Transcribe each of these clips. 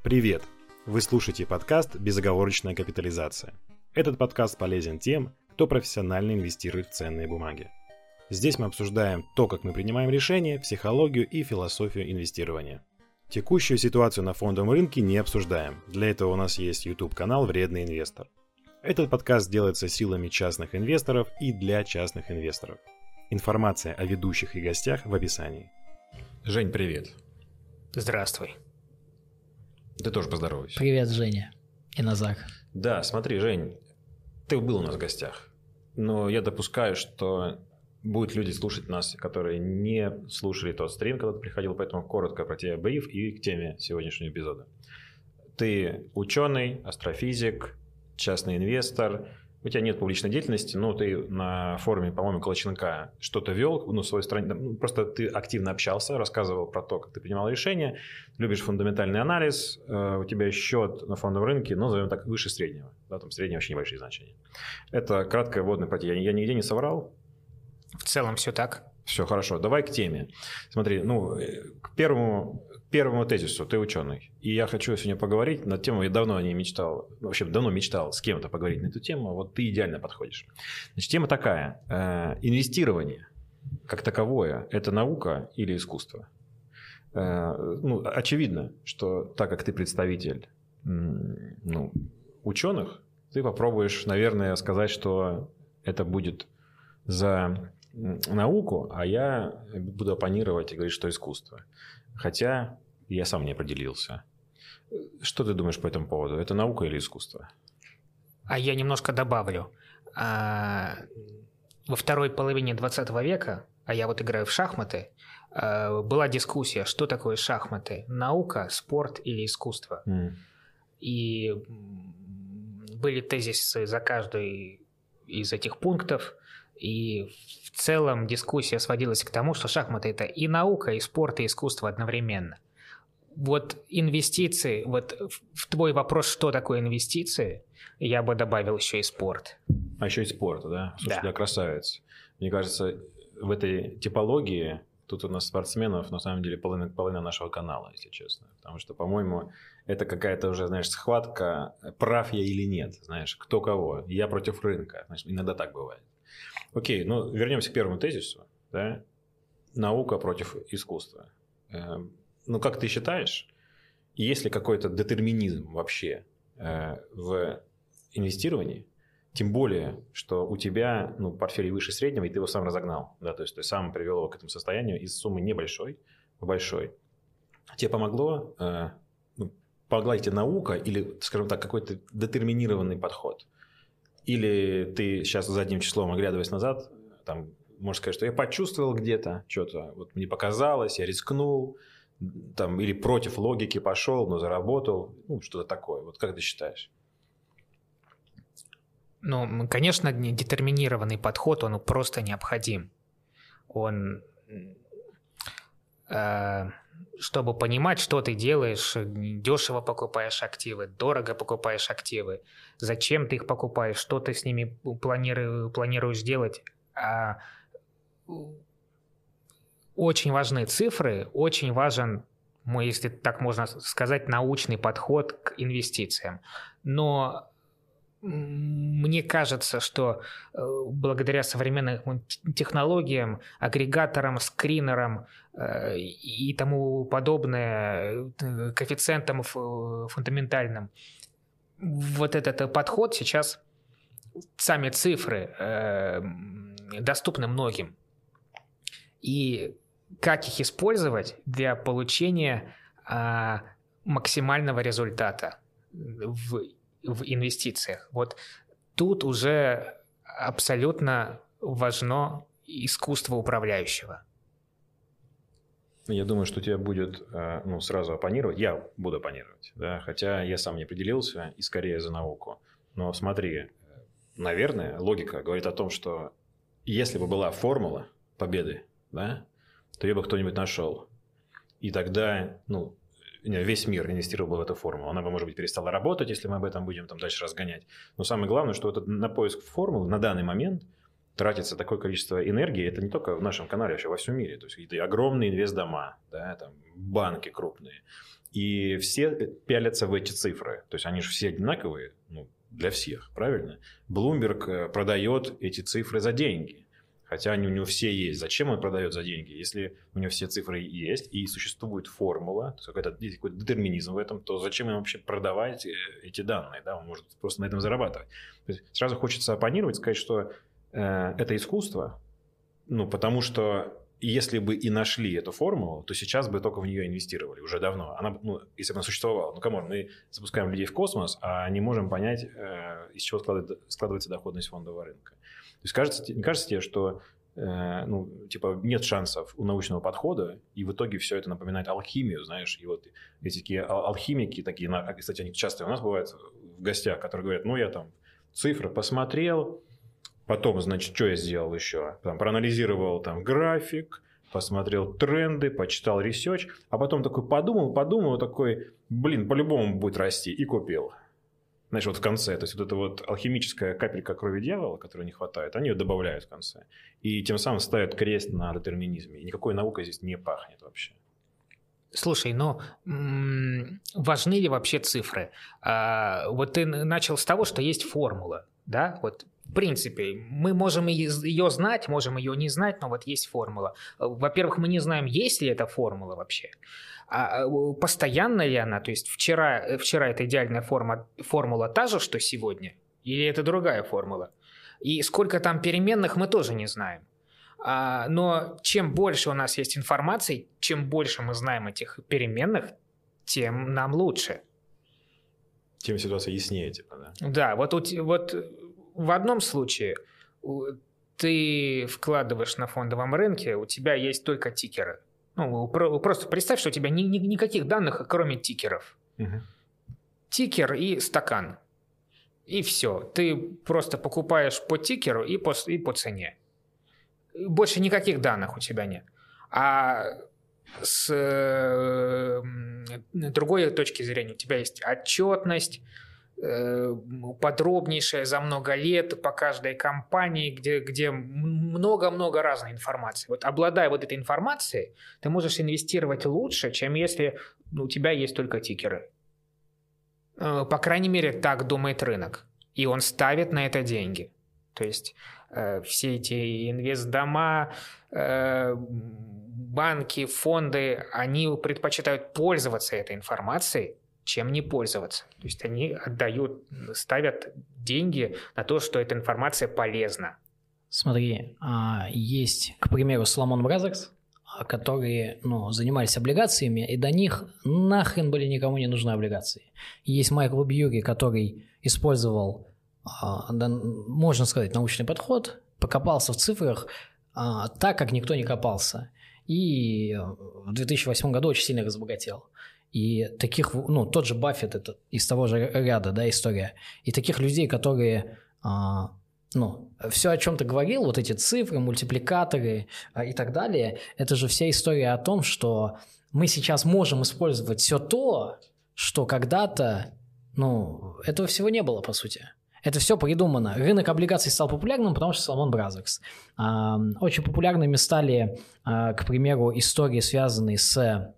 Привет! Вы слушаете подкаст «Безоговорочная капитализация». Этот подкаст полезен тем, кто профессионально инвестирует в ценные бумаги. Здесь мы обсуждаем то, как мы принимаем решения, психологию и философию инвестирования. Текущую ситуацию на фондовом рынке не обсуждаем. Для этого у нас есть YouTube-канал «Вредный инвестор». Этот подкаст делается силами частных инвесторов и для частных инвесторов. Информация о ведущих и гостях в описании. Жень, привет. Здравствуй. Ты тоже поздоровайся. Привет, Женя и Назар. Да, смотри, Жень, ты был у нас в гостях, но я допускаю, что будут люди слушать нас, которые не слушали тот стрим, когда ты приходил, поэтому коротко про тебя бриф и к теме сегодняшнего эпизода. Ты ученый, астрофизик, частный инвестор. У тебя нет публичной деятельности, но ты на форуме, по-моему, Колченка что-то вел, свою страницу. Просто ты активно общался, рассказывал про то, как ты принимал решения, любишь фундаментальный анализ, у тебя счет на фондовом рынке, назовем так, выше среднего. Да, там средние вообще небольшие значения. Это краткое вводное про тебя. Я нигде не соврал? В целом все так. Все хорошо. Давай к теме. Смотри, к первому тезису. Ты ученый. И я хочу сегодня поговорить на тему, я давно о ней мечтал, вообще давно мечтал с кем-то поговорить на эту тему. Вот ты идеально подходишь. Значит, тема такая. Инвестирование как таковое – это наука или искусство? Очевидно, что так как ты представитель ученых, ты попробуешь, наверное, сказать, что это будет за науку, а я буду оппонировать и говорить, что искусство. Хотя я сам не определился. Что ты думаешь по этому поводу? Это наука или искусство? А я немножко добавлю. Во второй половине 20 века, а я вот играю в шахматы, была дискуссия, что такое шахматы? Наука, спорт или искусство? И были тезисы за каждый из этих пунктов. И в целом дискуссия сводилась к тому, что шахматы – это и наука, и спорт, и искусство одновременно. Вот инвестиции, вот в твой вопрос, что такое инвестиции, я бы добавил еще и спорт. А еще и спорт, да? Слушай, да, красавец. Мне кажется, в этой типологии тут у нас спортсменов на самом деле половина нашего канала, если честно. Потому что, по-моему, это какая-то уже, знаешь, схватка, прав я или нет, знаешь, кто кого. Я против рынка. Знаешь, иногда так бывает. Окей, вернемся к первому тезису. Да? Наука против искусства. Как ты считаешь, есть ли какой-то детерминизм вообще в инвестировании? Тем более, что у тебя портфель выше среднего, и ты его сам разогнал. Да? То есть ты сам привел его к этому состоянию из суммы небольшой в большой. Тебе помогла тебе наука или, скажем так, какой-то детерминированный подход? Или ты сейчас задним числом, оглядываясь назад, там, можешь сказать, что я почувствовал где-то что-то, вот мне показалось, я рискнул, там, или против логики пошел, но заработал, что-то такое. Вот как ты считаешь? Конечно, детерминированный подход, он просто необходим. Он, чтобы понимать, что ты делаешь, дешево покупаешь активы, дорого покупаешь активы, зачем ты их покупаешь, что ты с ними планируешь делать. Очень важны цифры, очень важен, если так можно сказать, научный подход к инвестициям. Но мне кажется, что благодаря современным технологиям, агрегаторам, скринерам и тому подобное, коэффициентам фундаментальным, вот этот подход сейчас, сами цифры доступны многим. И как их использовать для получения максимального результата в инвестициях. Вот тут уже абсолютно важно искусство управляющего. Я думаю, что тебя будет сразу оппонировать. Я буду оппонировать, да? Хотя я сам не определился и скорее за науку. Но смотри, наверное, логика говорит о том, что если бы была формула победы, да, то ее бы кто-нибудь нашел. И тогда весь мир инвестировал бы в эту формулу. Она бы, может быть, перестала работать, если мы об этом будем дальше разгонять. Но самое главное, что на поиск формулы на данный момент тратится такое количество энергии, это не только в нашем канале, вообще во всем мире. То есть это огромные инвестдома, да, там, банки крупные, и все пялятся в эти цифры. То есть они же все одинаковые, ну, для всех, правильно? Bloomberg продает эти цифры за деньги. Хотя они у него все есть. Зачем он продает за деньги? Если у него все цифры есть и существует формула, то есть какой-то детерминизм в этом, то зачем ему вообще продавать эти данные? Да? Он может просто на этом зарабатывать. То есть сразу хочется оппонировать, сказать, что это искусство, ну, потому что если бы и нашли эту формулу, то сейчас бы только в нее инвестировали уже давно. Она, ну, если бы она существовала. Ну, камон, мы запускаем людей в космос, а не можем понять, из чего складывается доходность фондового рынка. То есть не кажется тебе, что ну, типа, нет шансов у научного подхода, и в итоге все это напоминает алхимию, знаешь, и вот эти такие алхимики, такие, кстати, они часто у нас бывают в гостях, которые говорят, ну, я там цифры посмотрел, потом, значит, что я сделал еще? Там, проанализировал там график, посмотрел тренды, почитал ресерч, а потом такой подумал, такой, блин, по-любому будет расти, и купил. Знаешь, вот в конце, то есть вот эта вот алхимическая капелька крови дьявола, которой не хватает, они ее добавляют в конце. И тем самым ставят крест на детерминизме. И никакой наукой здесь не пахнет вообще. Слушай, ну важны ли вообще цифры? Вот ты начал с того, что есть формула, да? Вот в принципе, мы можем ее знать, можем ее не знать, но вот есть формула. Во-первых, мы не знаем, есть ли эта формула вообще. А постоянна ли она? То есть вчера это идеальная формула та же, что сегодня? Или это другая формула? И сколько там переменных, мы тоже не знаем. Но чем больше у нас есть информации, чем больше мы знаем этих переменных, тем нам лучше. Тем ситуация яснее, типа, да? Да, вот в одном случае ты вкладываешь на фондовом рынке, у тебя есть только тикеры. Ну, просто представь, что у тебя никаких данных, кроме тикеров. Угу. Тикер и стакан. И все. Ты просто покупаешь по тикеру и по цене. Больше никаких данных у тебя нет. А с другой точки зрения у тебя есть отчетность, подробнейшая за много лет по каждой компании, где много-много разной информации. Вот обладая вот этой информацией, ты можешь инвестировать лучше, чем если у тебя есть только тикеры. По крайней мере, так думает рынок. И он ставит на это деньги. То есть все эти инвестдома, банки, фонды, они предпочитают пользоваться этой информацией, чем не пользоваться. То есть они ставят деньги на то, что эта информация полезна. Смотри, есть, к примеру, Salomon Brothers, которые занимались облигациями, и до них нахрен были никому не нужны облигации. Есть Майкл Бьюри, который использовал, можно сказать, научный подход, покопался в цифрах так, как никто не копался. И в 2008 году очень сильно разбогател. И таких, тот же Баффет, это из того же ряда, да, история. И таких людей, которые, все, о чем ты говорил, вот эти цифры, мультипликаторы и так далее, это же вся история о том, что мы сейчас можем использовать все то, что когда-то, этого всего не было, по сути. Это все придумано. Рынок облигаций стал популярным, потому что Salomon Brothers. Очень популярными стали, к примеру, истории, связанные с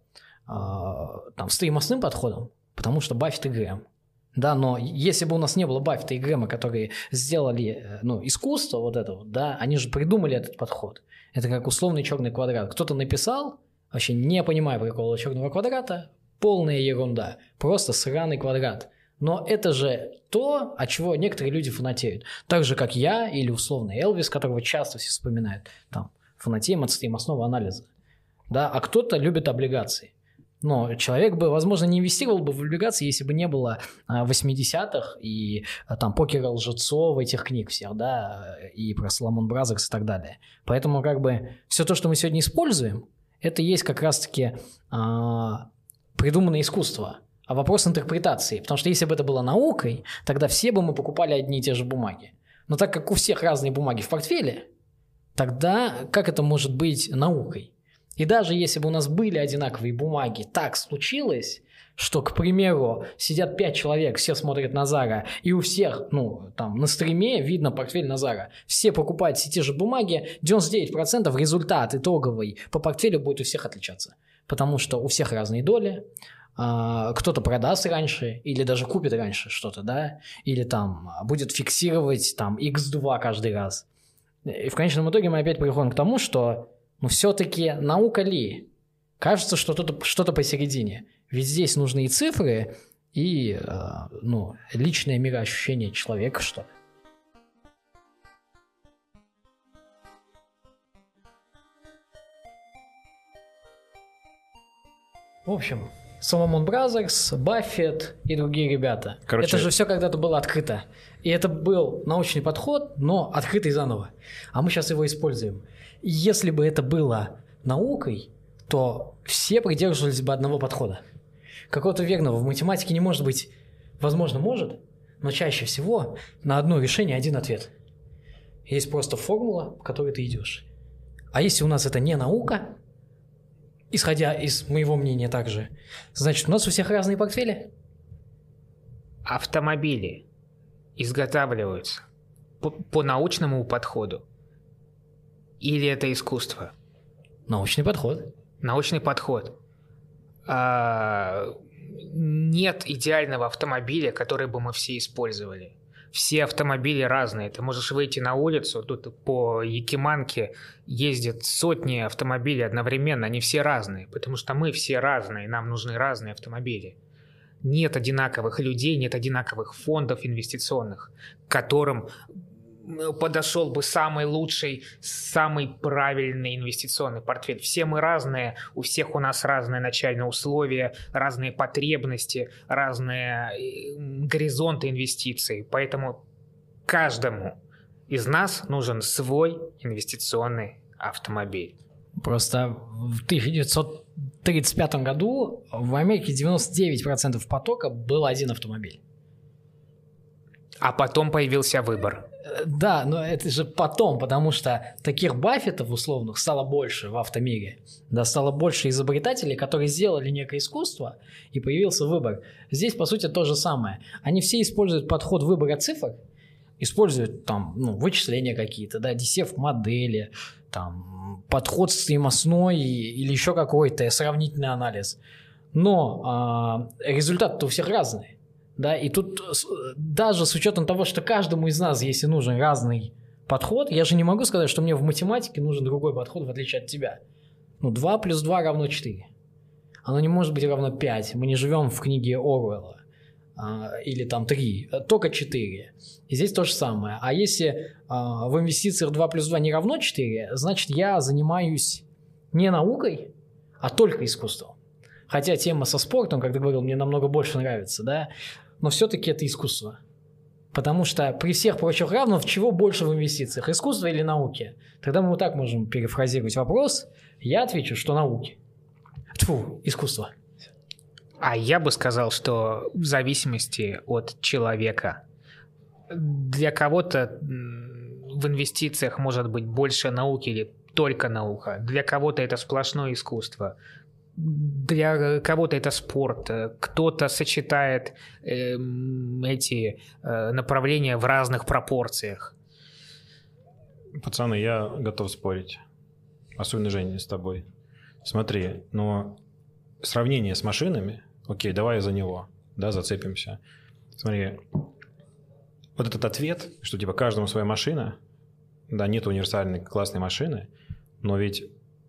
стоимостным подходом, потому что Баффет и Грэм. Да, но если бы у нас не было Баффета и Грэма, которые сделали искусство вот это вот, да, они же придумали этот подход. Это как условный черный квадрат. Кто-то написал, вообще не понимая прикола черного квадрата, полная ерунда, просто сраный квадрат. Но это же то, от чего некоторые люди фанатеют. Так же, как я или условный Элвис, которого часто все вспоминают. Там, фанатеем от стоимостного анализа. Да, а кто-то любит облигации. Но человек бы, возможно, не инвестировал бы в облигации, если бы не было 80-х и там покера лжецов, этих книг всех, да, и про Salomon Brothers и так далее. Поэтому как бы все то, что мы сегодня используем, это есть как раз-таки придуманное искусство, а вопрос интерпретации. Потому что если бы это было наукой, тогда все бы мы покупали одни и те же бумаги. Но так как у всех разные бумаги в портфеле, тогда как это может быть наукой? И даже если бы у нас были одинаковые бумаги, так случилось, что, к примеру, сидят 5 человек, все смотрят Назара, и у всех, на стриме видно портфель Назара. Все покупают все те же бумаги, 99% результат итоговый по портфелю будет у всех отличаться. Потому что у всех разные доли, кто-то продаст раньше или даже купит раньше что-то, да, или там будет фиксировать там x2 каждый раз. И в конечном итоге мы опять приходим к тому, что все-таки наука ли? Кажется, что что-то посередине. Ведь здесь нужны и цифры, и личное мироощущение человека, что ли. В общем, Salomon Brothers, Баффет и другие ребята. Это же все когда-то было открыто. И это был научный подход, но открытый заново. А мы сейчас его используем. И если бы это было наукой, то все придерживались бы одного подхода. Какого-то верного в математике не может быть. Возможно, может, но чаще всего на одно решение один ответ. Есть просто формула, по которой ты идешь. А если у нас это не наука, исходя из моего мнения также, значит, у нас у всех разные портфели. Автомобили изготавливаются по научному подходу? Или это искусство? Научный подход. Научный подход. Нет идеального автомобиля, который бы мы все использовали. Все автомобили разные. Ты можешь выйти на улицу, тут по Якиманке ездят сотни автомобилей одновременно, они все разные, потому что мы все разные, нам нужны разные автомобили. Нет одинаковых людей, нет одинаковых фондов инвестиционных, к которым подошел бы самый лучший, самый правильный инвестиционный портфель. Все мы разные, у всех у нас разные начальные условия, разные потребности, разные горизонты инвестиций. Поэтому каждому из нас нужен свой инвестиционный автомобиль. Просто в 1935 году в Америке 99% потока был один автомобиль. А потом появился выбор. Да, но это же потом, потому что таких Баффетов условных стало больше в автомире. Да, стало больше изобретателей, которые сделали некое искусство, и появился выбор. Здесь, по сути, то же самое. Они все используют подход выбора цифр, используют там, вычисления какие-то, да, DCF-модели, там, подход стоимостной или еще какой-то сравнительный анализ. Но результаты-то у всех разные. Да, и тут даже с учетом того, что каждому из нас, если нужен разный подход, я же не могу сказать, что мне в математике нужен другой подход, в отличие от тебя. 2 плюс 2 равно 4. Оно не может быть равно 5. Мы не живем в книге Оруэлла. Или там 3. Только 4. И здесь то же самое. А если в инвестициях 2 плюс 2 не равно 4, значит, я занимаюсь не наукой, а только искусством. Хотя тема со спортом, как ты говорил, мне намного больше нравится, да, но все-таки это искусство. Потому что при всех прочих равных, чего больше в инвестициях, искусство или науки? Тогда мы вот так можем перефразировать вопрос. Я отвечу, что науки. Искусство. А я бы сказал, что в зависимости от человека. Для кого-то в инвестициях может быть больше науки или только наука. Для кого-то это сплошное искусство. Для кого-то это спорт, кто-то сочетает эти направления в разных пропорциях. Пацаны, я готов спорить. Особенно, Женя, с тобой. Смотри, но сравнение с машинами, окей, давай за него, да, зацепимся. Смотри, вот этот ответ, что типа каждому своя машина, да, нет универсальной классной машины, но ведь...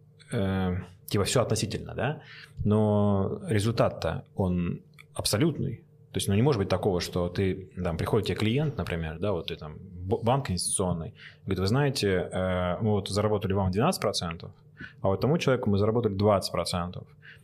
типа все относительно, да, но результат-то он абсолютный. То есть, не может быть такого, что ты, там, приходит тебе клиент, например, да, вот ты там, банк инвестиционный, говорит, вы знаете, мы вот заработали вам 12%, а вот тому человеку мы заработали 20%,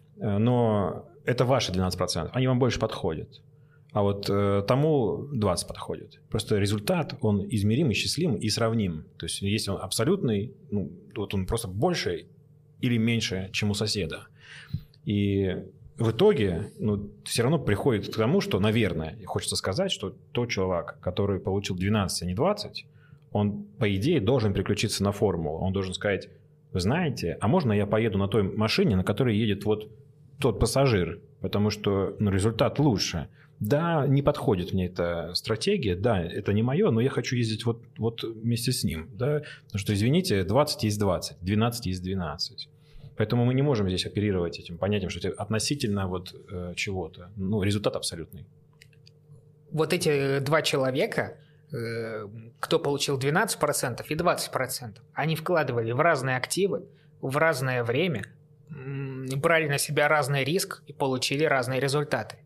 но это ваши 12%, они вам больше подходят, а вот тому 20 подходит. Просто результат, он измерим, исчислим и сравним. То есть, если он абсолютный, вот он просто больше или меньше, чем у соседа. И в итоге все равно приходит к тому, что, наверное, хочется сказать, что тот человек, который получил 12, а не 20, он, по идее, должен переключиться на формулу. Он должен сказать, вы знаете, а можно я поеду на той машине, на которой едет вот тот пассажир, потому что результат лучше. Да, не подходит мне эта стратегия, да, это не мое, но я хочу ездить вот вместе с ним. Да? Потому что, извините, 20 есть 20, 12 есть 12. Поэтому мы не можем здесь оперировать этим понятием, что это относительно вот чего-то. Ну, результат абсолютный. Вот эти два человека, кто получил 12% и 20%, они вкладывали в разные активы, в разное время, брали на себя разный риск и получили разные результаты.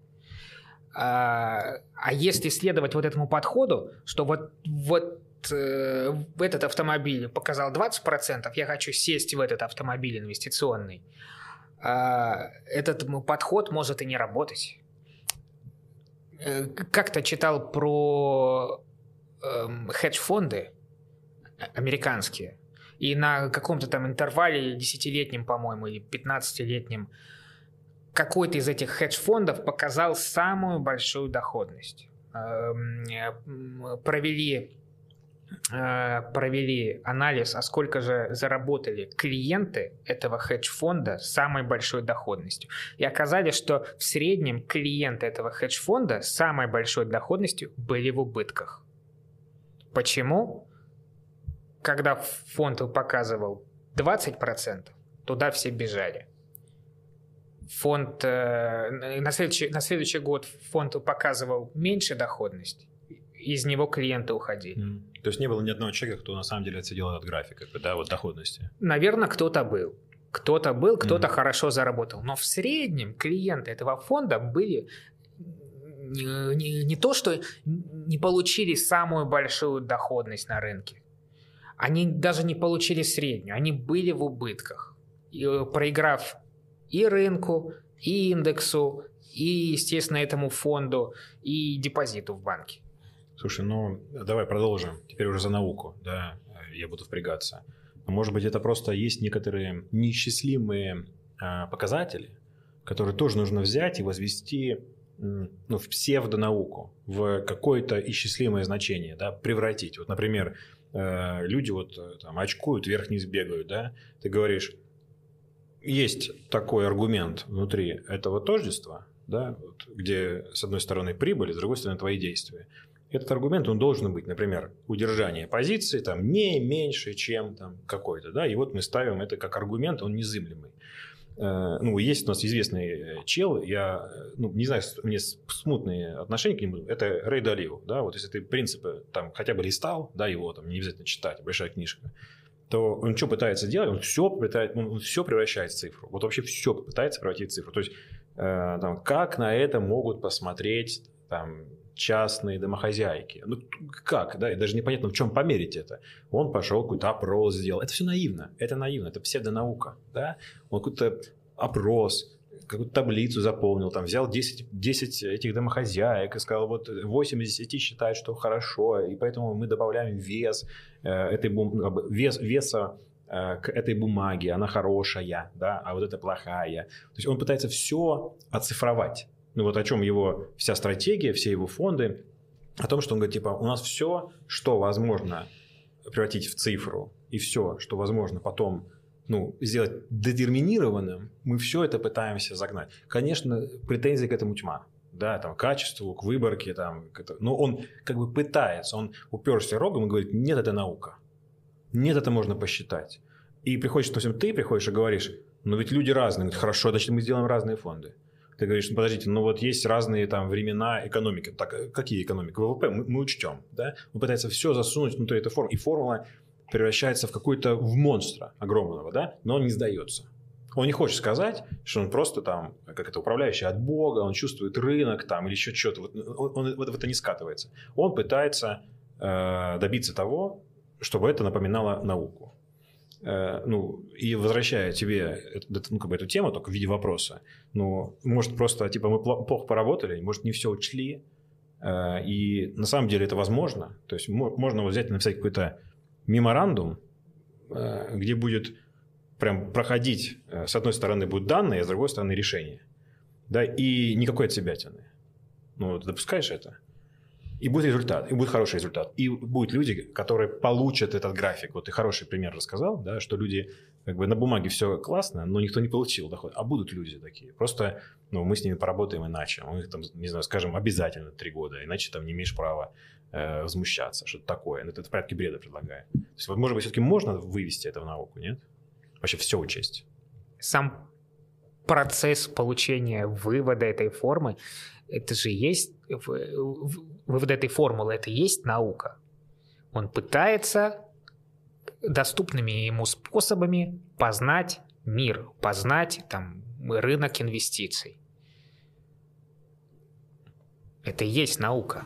А если следовать вот этому подходу, что вот этот автомобиль показал 20%, я хочу сесть в этот автомобиль инвестиционный, этот подход может и не работать. Как-то читал про хедж-фонды американские, и на каком-то там интервале 10-летнем, по-моему, или 15-летнем какой-то из этих хедж-фондов показал самую большую доходность. Провели анализ, а сколько же заработали клиенты этого хедж-фонда с самой большой доходностью. И оказалось, что в среднем клиенты этого хедж-фонда с самой большой доходностью были в убытках. Почему? Когда фонд показывал 20%, туда все бежали. На следующий год фонд показывал меньше доходность, из него клиенты уходили. То есть не было ни одного человека, кто на самом деле отсидел этот график, да, вот доходности? Наверное, кто-то был. Кто-то хорошо заработал. Но в среднем клиенты этого фонда были не то, что не получили самую большую доходность на рынке. Они даже не получили среднюю. Они были в убытках, проиграв и рынку, и индексу, и, естественно, этому фонду, и депозиту в банке. Слушай, ну давай продолжим. Теперь уже за науку, да, я буду впрягаться. Может быть, это просто есть некоторые неисчислимые показатели, которые тоже нужно взять и возвести в псевдонауку, в какое-то исчислимое значение, да, превратить. Вот, например, люди вот там очкуют, вверх-вниз бегают, да, ты говоришь, есть такой аргумент внутри этого тождества, да, вот, где с одной стороны прибыль, с другой стороны твои действия. Этот аргумент, он должен быть, например, удержание позиции там, не меньше, чем там, какой-то. Да? И вот мы ставим это как аргумент, он незыблемый. Есть у нас известный чел, я не знаю, у меня смутные отношения к нему, это Рэй Далио. Да? Вот если ты принципы там, хотя бы листал, да, его там, не обязательно читать, большая книжка, то он что пытается делать? Он все превращает в цифру. Вот вообще все пытается превратить в цифру. То есть как на это могут посмотреть там, частные домохозяйки. Ну, как, да, и даже непонятно, в чем померить это. Он пошел, какой-то опрос сделал. Это все наивно, это псевдонаука, да. Он какой-то опрос, какую-то таблицу заполнил, там, взял 10 этих домохозяек и сказал, вот 8 из 10 считают, что хорошо, и поэтому мы добавляем веса к этой бумаге, она хорошая, да, а вот это плохая. То есть он пытается все оцифровать. Ну вот о чем его вся стратегия, все его фонды, о том, что он говорит, типа, у нас все, что возможно превратить в цифру, и все, что возможно потом сделать детерминированным, мы все это пытаемся загнать. Конечно, претензий к этому тьма, да, там, к качеству, к выборке, там, но он как бы пытается, он уперся рогом и говорит, нет, это наука, нет, это можно посчитать. И приходишь, ты приходишь и говоришь, но ведь люди разные, говорит, хорошо, значит, мы сделаем разные фонды. Ты говоришь, подождите, вот есть разные там времена экономики. Так, какие экономики? ВВП мы учтем. Да? Он пытается все засунуть внутри этой формы. И формула превращается в монстра огромного, да? Но он не сдается. Он не хочет сказать, что он просто там, как это, управляющий от Бога, он чувствует рынок там или еще что-то. Он в это не скатывается. Он пытается добиться того, чтобы это напоминало науку. И возвращая тебе эту тему только в виде вопроса, может просто, типа, мы плохо поработали, может, не все учли, и на самом деле это возможно. То есть можно взять и написать какой-то меморандум, где будет прям проходить, с одной стороны будут данные, а с другой стороны решения. Да, и никакой отсебятины. Ты допускаешь это? И будет результат, и будет хороший результат. И будут люди, которые получат этот график. Вот ты хороший пример рассказал, да, что люди, как бы на бумаге все классно, но никто не получил доход. А будут люди такие. Просто мы с ними поработаем иначе. Мы их там, не знаю, скажем, обязательно 3 года, иначе там не имеешь права возмущаться, что-то такое. Это в порядке бреда предлагаю. То есть, может быть, все-таки можно вывести это в науку, нет? Вообще все учесть. сам процесс получения вывода этой формы, это же есть, вывод этой формулы, это и есть наука. Он пытается доступными ему способами познать мир, познать там рынок инвестиций. Это и есть наука.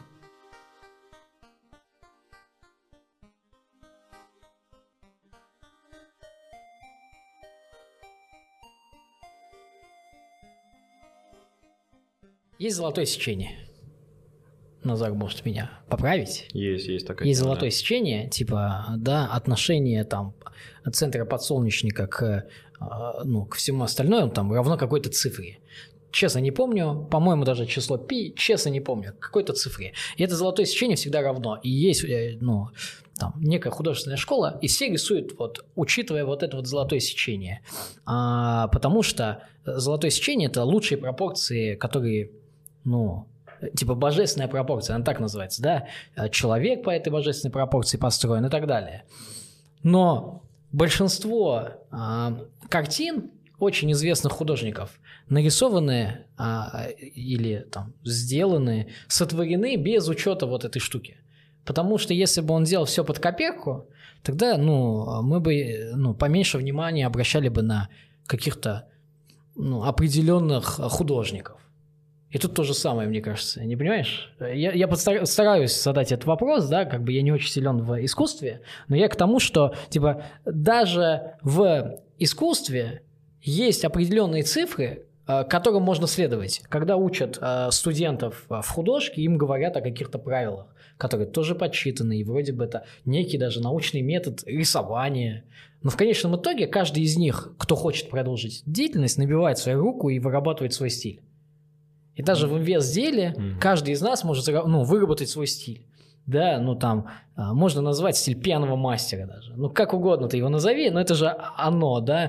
Есть золотое сечение. Назар может меня поправить. Есть такая. Есть золотое сечение, типа, да, отношение там центра подсолнечника к всему остальному там равно какой-то цифре. Честно не помню, по-моему, даже число π, честно не помню, какой-то цифре. И это золотое сечение всегда равно. И есть, там, некая художественная школа, и все рисуют, вот, учитывая вот это вот золотое сечение. Потому что золотое сечение – это лучшие пропорции, которые, типа божественная пропорция, она так называется, да? Человек по этой божественной пропорции построен и так далее. Но большинство картин очень известных художников нарисованы или там сделаны, сотворены без учета вот этой штуки. Потому что если бы он делал все под копирку, тогда мы бы поменьше внимания обращали бы на каких-то определенных художников. И тут то же самое, мне кажется, не понимаешь? Я стараюсь задать этот вопрос, да, как бы я не очень силен в искусстве, но я к тому, что типа даже в искусстве есть определенные цифры, к которым можно следовать. Когда учат студентов в художке, им говорят о каких-то правилах, которые тоже подсчитаны, и вроде бы это некий даже научный метод рисования. Но в конечном итоге каждый из них, кто хочет продолжить деятельность, набивает свою руку и вырабатывает свой стиль. И даже в инвест-деле каждый из нас может выработать свой стиль. Да, можно назвать стиль пьяного мастера даже. Как угодно ты его назови, но это же оно, да.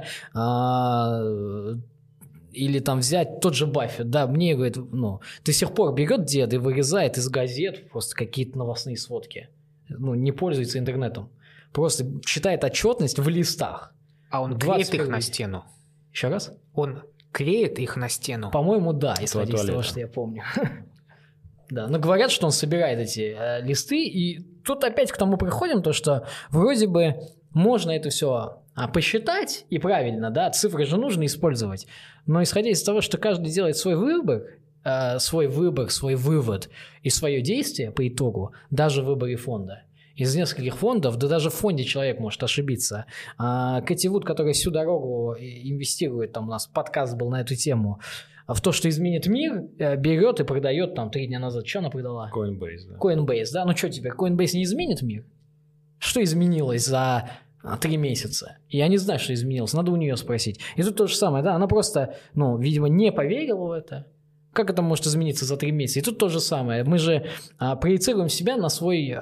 Или там взять тот же Баффет, да, мне говорит, до сих пор берет дед и вырезает из газет просто какие-то новостные сводки. Не пользуется интернетом. Просто читает отчетность в листах. А он клеит их на стену. Еще раз? Он клеит их на стену. По-моему, да, исходя из того, что я помню. Да, но говорят, что он собирает эти листы, и тут опять к тому приходим, то что вроде бы можно это все посчитать, и правильно, да, цифры же нужно использовать, но исходя из того, что каждый делает свой выбор, свой вывод и свое действие по итогу, даже в выборе фонда, из нескольких фондов, да даже в фонде человек может ошибиться. Кэти Вуд, которая всю дорогу инвестирует, там у нас подкаст был на эту тему, в то, что изменит мир, берет и продает там 3 дня назад. Что она продала? Coinbase, да. Coinbase, да? Что теперь, Coinbase не изменит мир? Что изменилось за 3 месяца? Я не знаю, что изменилось, надо у нее спросить. И тут то же самое, да, она просто, видимо, не поверила в это. Как это может измениться за 3 месяца? И тут то же самое. Мы же проецируем себя на свой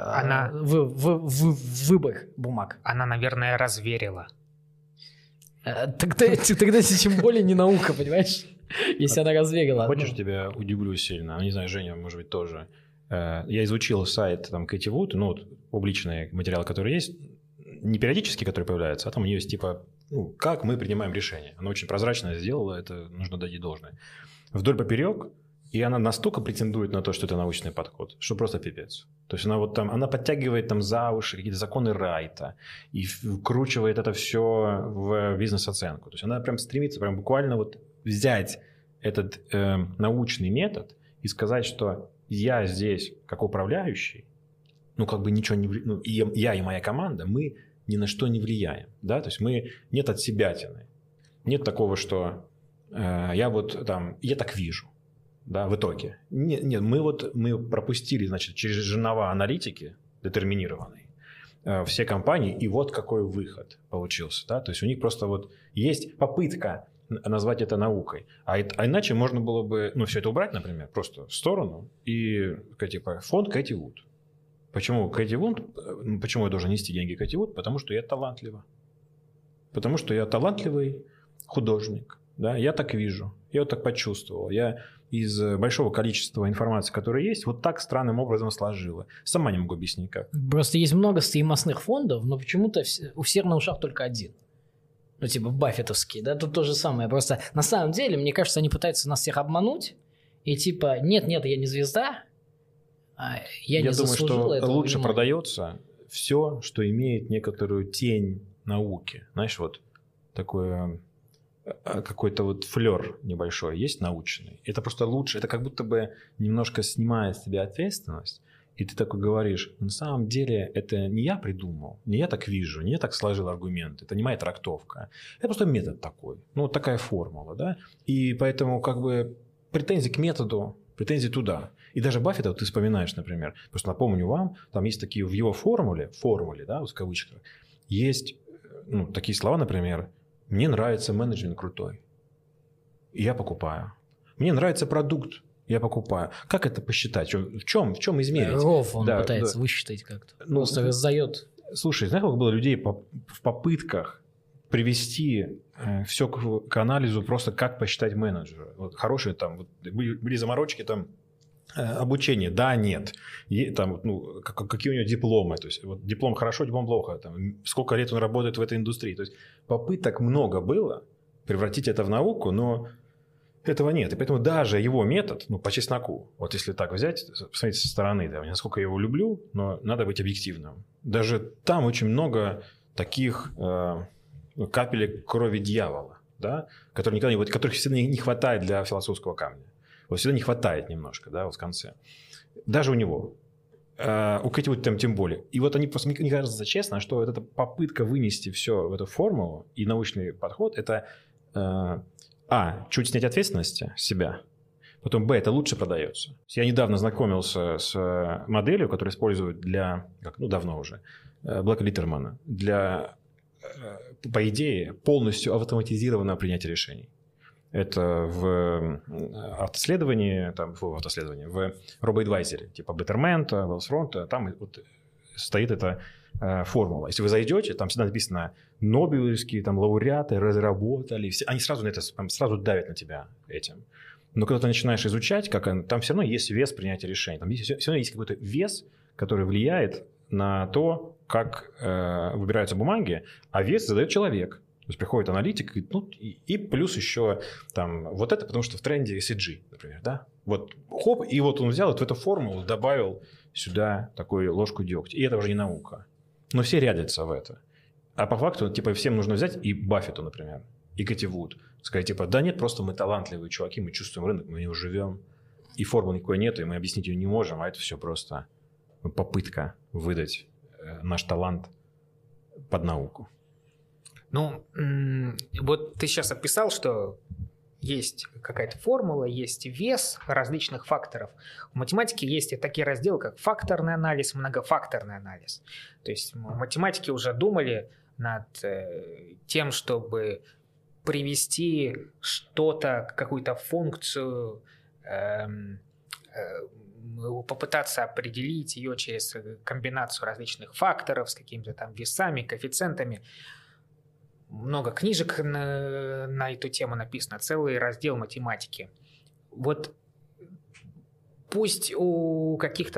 выбор бумаг. Она, наверное, разверила. Тогда тем более не наука, понимаешь? Если она разверила. Хочешь, тебя удивлю сильно? Не знаю, Женя, может быть, тоже. Я изучил сайт Кэти Вуд, публичный материал, который есть, не периодически, который появляется, а там у нее есть типа, как мы принимаем решения. Она очень прозрачно сделала, это нужно дать ей должное. Вдоль поперек, и она настолько претендует на то, что это научный подход, что просто пипец. То есть она подтягивает там за уши какие-то законы Райта и вкручивает это все в бизнес-оценку. То есть она прям стремится прям буквально взять этот научный метод и сказать, что я здесь как управляющий, ничего не я и моя команда, мы ни на что не влияем, да, то есть нет отсебятины, нет такого, что я так вижу, да, в итоге. Нет, мы пропустили, значит, через жернова аналитики детерминированные все компании, и вот какой выход получился, да, то есть у них просто есть попытка назвать это наукой, а иначе можно было бы, все это убрать, например, просто в сторону и типа фонд Кэти Вуд. Почему Кэти Вуд? Почему я должен нести деньги Кэти Вуд? Потому что я талантлива. Потому что я талантливый художник. Да? Я так вижу. Я так почувствовал. Я из большого количества информации, которая есть, так странным образом сложила. Сама не могу объяснить как. Просто есть много стоимостных фондов, но почему-то у всех на ушах только один. ну, типа баффетовские, да, тут то же самое. Просто на самом деле, мне кажется, они пытаются нас всех обмануть, и типа, нет, я не звезда, я не заслужил этого лучше внимания. продается все, что имеет некоторую тень науки. Знаешь, вот такое, какой-то вот флер небольшой есть научный. Это просто лучше, это как будто бы немножко снимает с тебя ответственность, и ты такой говоришь, на самом деле это не я придумал, не я так вижу, не я так сложил аргумент, это не моя трактовка, это просто метод такой, ну вот такая формула, да, и поэтому как бы претензии к методу, претензии туда. И даже Баффета, вот ты вспоминаешь, например, просто напомню вам, там есть такие в его формуле, да, вот в кавычках, есть такие слова, например, мне нравится менеджмент крутой, и я покупаю. Мне нравится продукт, я покупаю. Как это посчитать? В чем измерить? Ров он пытается высчитать как-то. Просто раздает. Слушай, знаешь, сколько было людей в попытках привести все к анализу просто как посчитать менеджера? Вот хорошие там, вот, были заморочки там обучение, да, нет. Там, какие у него дипломы. То есть, вот, диплом хорошо, диплом плохо. Там, сколько лет он работает в этой индустрии. То есть попыток много было превратить это в науку, но этого нет. И поэтому даже его метод, по чесноку, вот если так взять, посмотреть со стороны, да, насколько я его люблю, но надо быть объективным. Даже там очень много таких капелек крови дьявола, да, которых всегда не хватает для философского камня. Вот всегда не хватает немножко, да, вот в конце. Даже у него. У Кэти там тем более. И вот они просто, мне кажется, честно, что вот эта попытка вынести все в эту формулу и научный подход, это чуть снять ответственности с себя, потом это лучше продается. Я недавно знакомился с моделью, которую используют давно уже, Блэка Литтермана, для, по идее, полностью автоматизированного принятия решений. Это в автоследовании, в робоадвайзере, типа Betterment, Wellsfront, там вот стоит эта формула. Если вы зайдете, там всегда написано нобелевские там лауреаты разработали, они сразу на это сразу давят на тебя этим. Но когда ты начинаешь изучать, там все равно есть вес принятия решений, там все равно есть какой-то вес, который влияет на то, как выбираются бумаги, а вес задает человек. То есть приходит аналитик, и плюс еще там вот это, потому что в тренде ESG, например, да? Вот хоп, и вот он взял вот в эту формулу, добавил сюда такую ложку дегтя. И это уже не наука. Но все рядятся в это. А по факту, всем нужно взять и Баффету, например, и Кэти Вуд. Сказать, да нет, просто мы талантливые чуваки, мы чувствуем рынок, мы в него живем. И формулы никакой нет, и мы объяснить ее не можем, а это все просто попытка выдать наш талант под науку. Вот ты сейчас описал, что есть какая-то формула, есть вес различных факторов. В математике есть такие разделы, как факторный анализ, многофакторный анализ. То есть математики уже думали над тем, чтобы привести что-то, какую-то функцию, попытаться определить ее через комбинацию различных факторов с какими-то там весами, коэффициентами. Много книжек на эту тему написано, целый раздел математики. Вот пусть у каких-то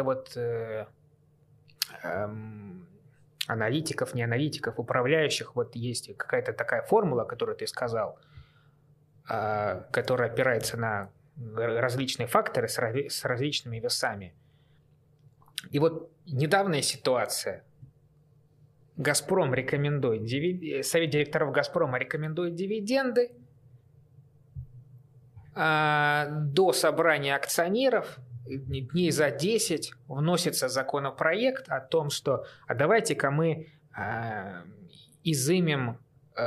аналитиков, не аналитиков, управляющих есть какая-то такая формула, которую ты сказал, которая опирается на различные факторы с различными весами. И вот недавняя ситуация. Совет директоров «Газпрома» рекомендует дивиденды. До собрания акционеров дней за 10 вносится законопроект о том, что давайте-ка мы изымем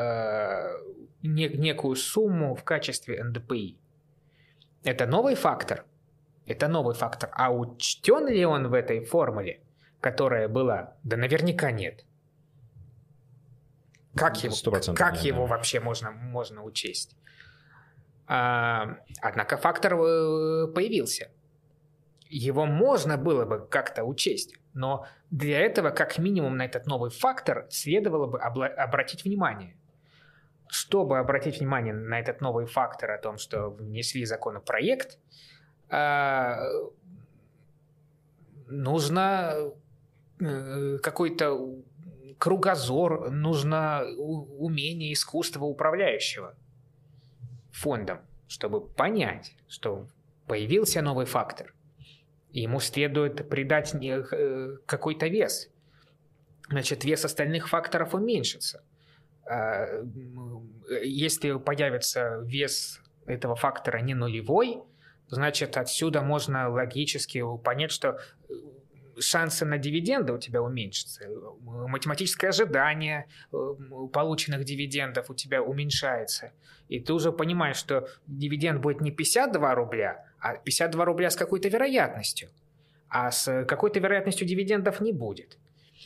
некую сумму в качестве НДПИ. Это новый фактор. А учтен ли он в этой формуле, которая была? Да наверняка нет. Как его вообще можно учесть? Однако фактор появился. Его можно было бы как-то учесть, но для этого как минимум на этот новый фактор следовало бы обратить внимание. Чтобы обратить внимание на этот новый фактор о том, что внесли законопроект, нужно кругозор, нужно умение, искусство управляющего фондом, чтобы понять, что появился новый фактор. Ему следует придать какой-то вес. Значит, вес остальных факторов уменьшится. Если появится вес этого фактора не нулевой, значит, отсюда можно логически понять, что шансы на дивиденды у тебя уменьшатся. Математическое ожидание полученных дивидендов у тебя уменьшается. И ты уже понимаешь, что дивиденд будет не 52 рубля, а 52 рубля с какой-то вероятностью. А с какой-то вероятностью дивидендов не будет.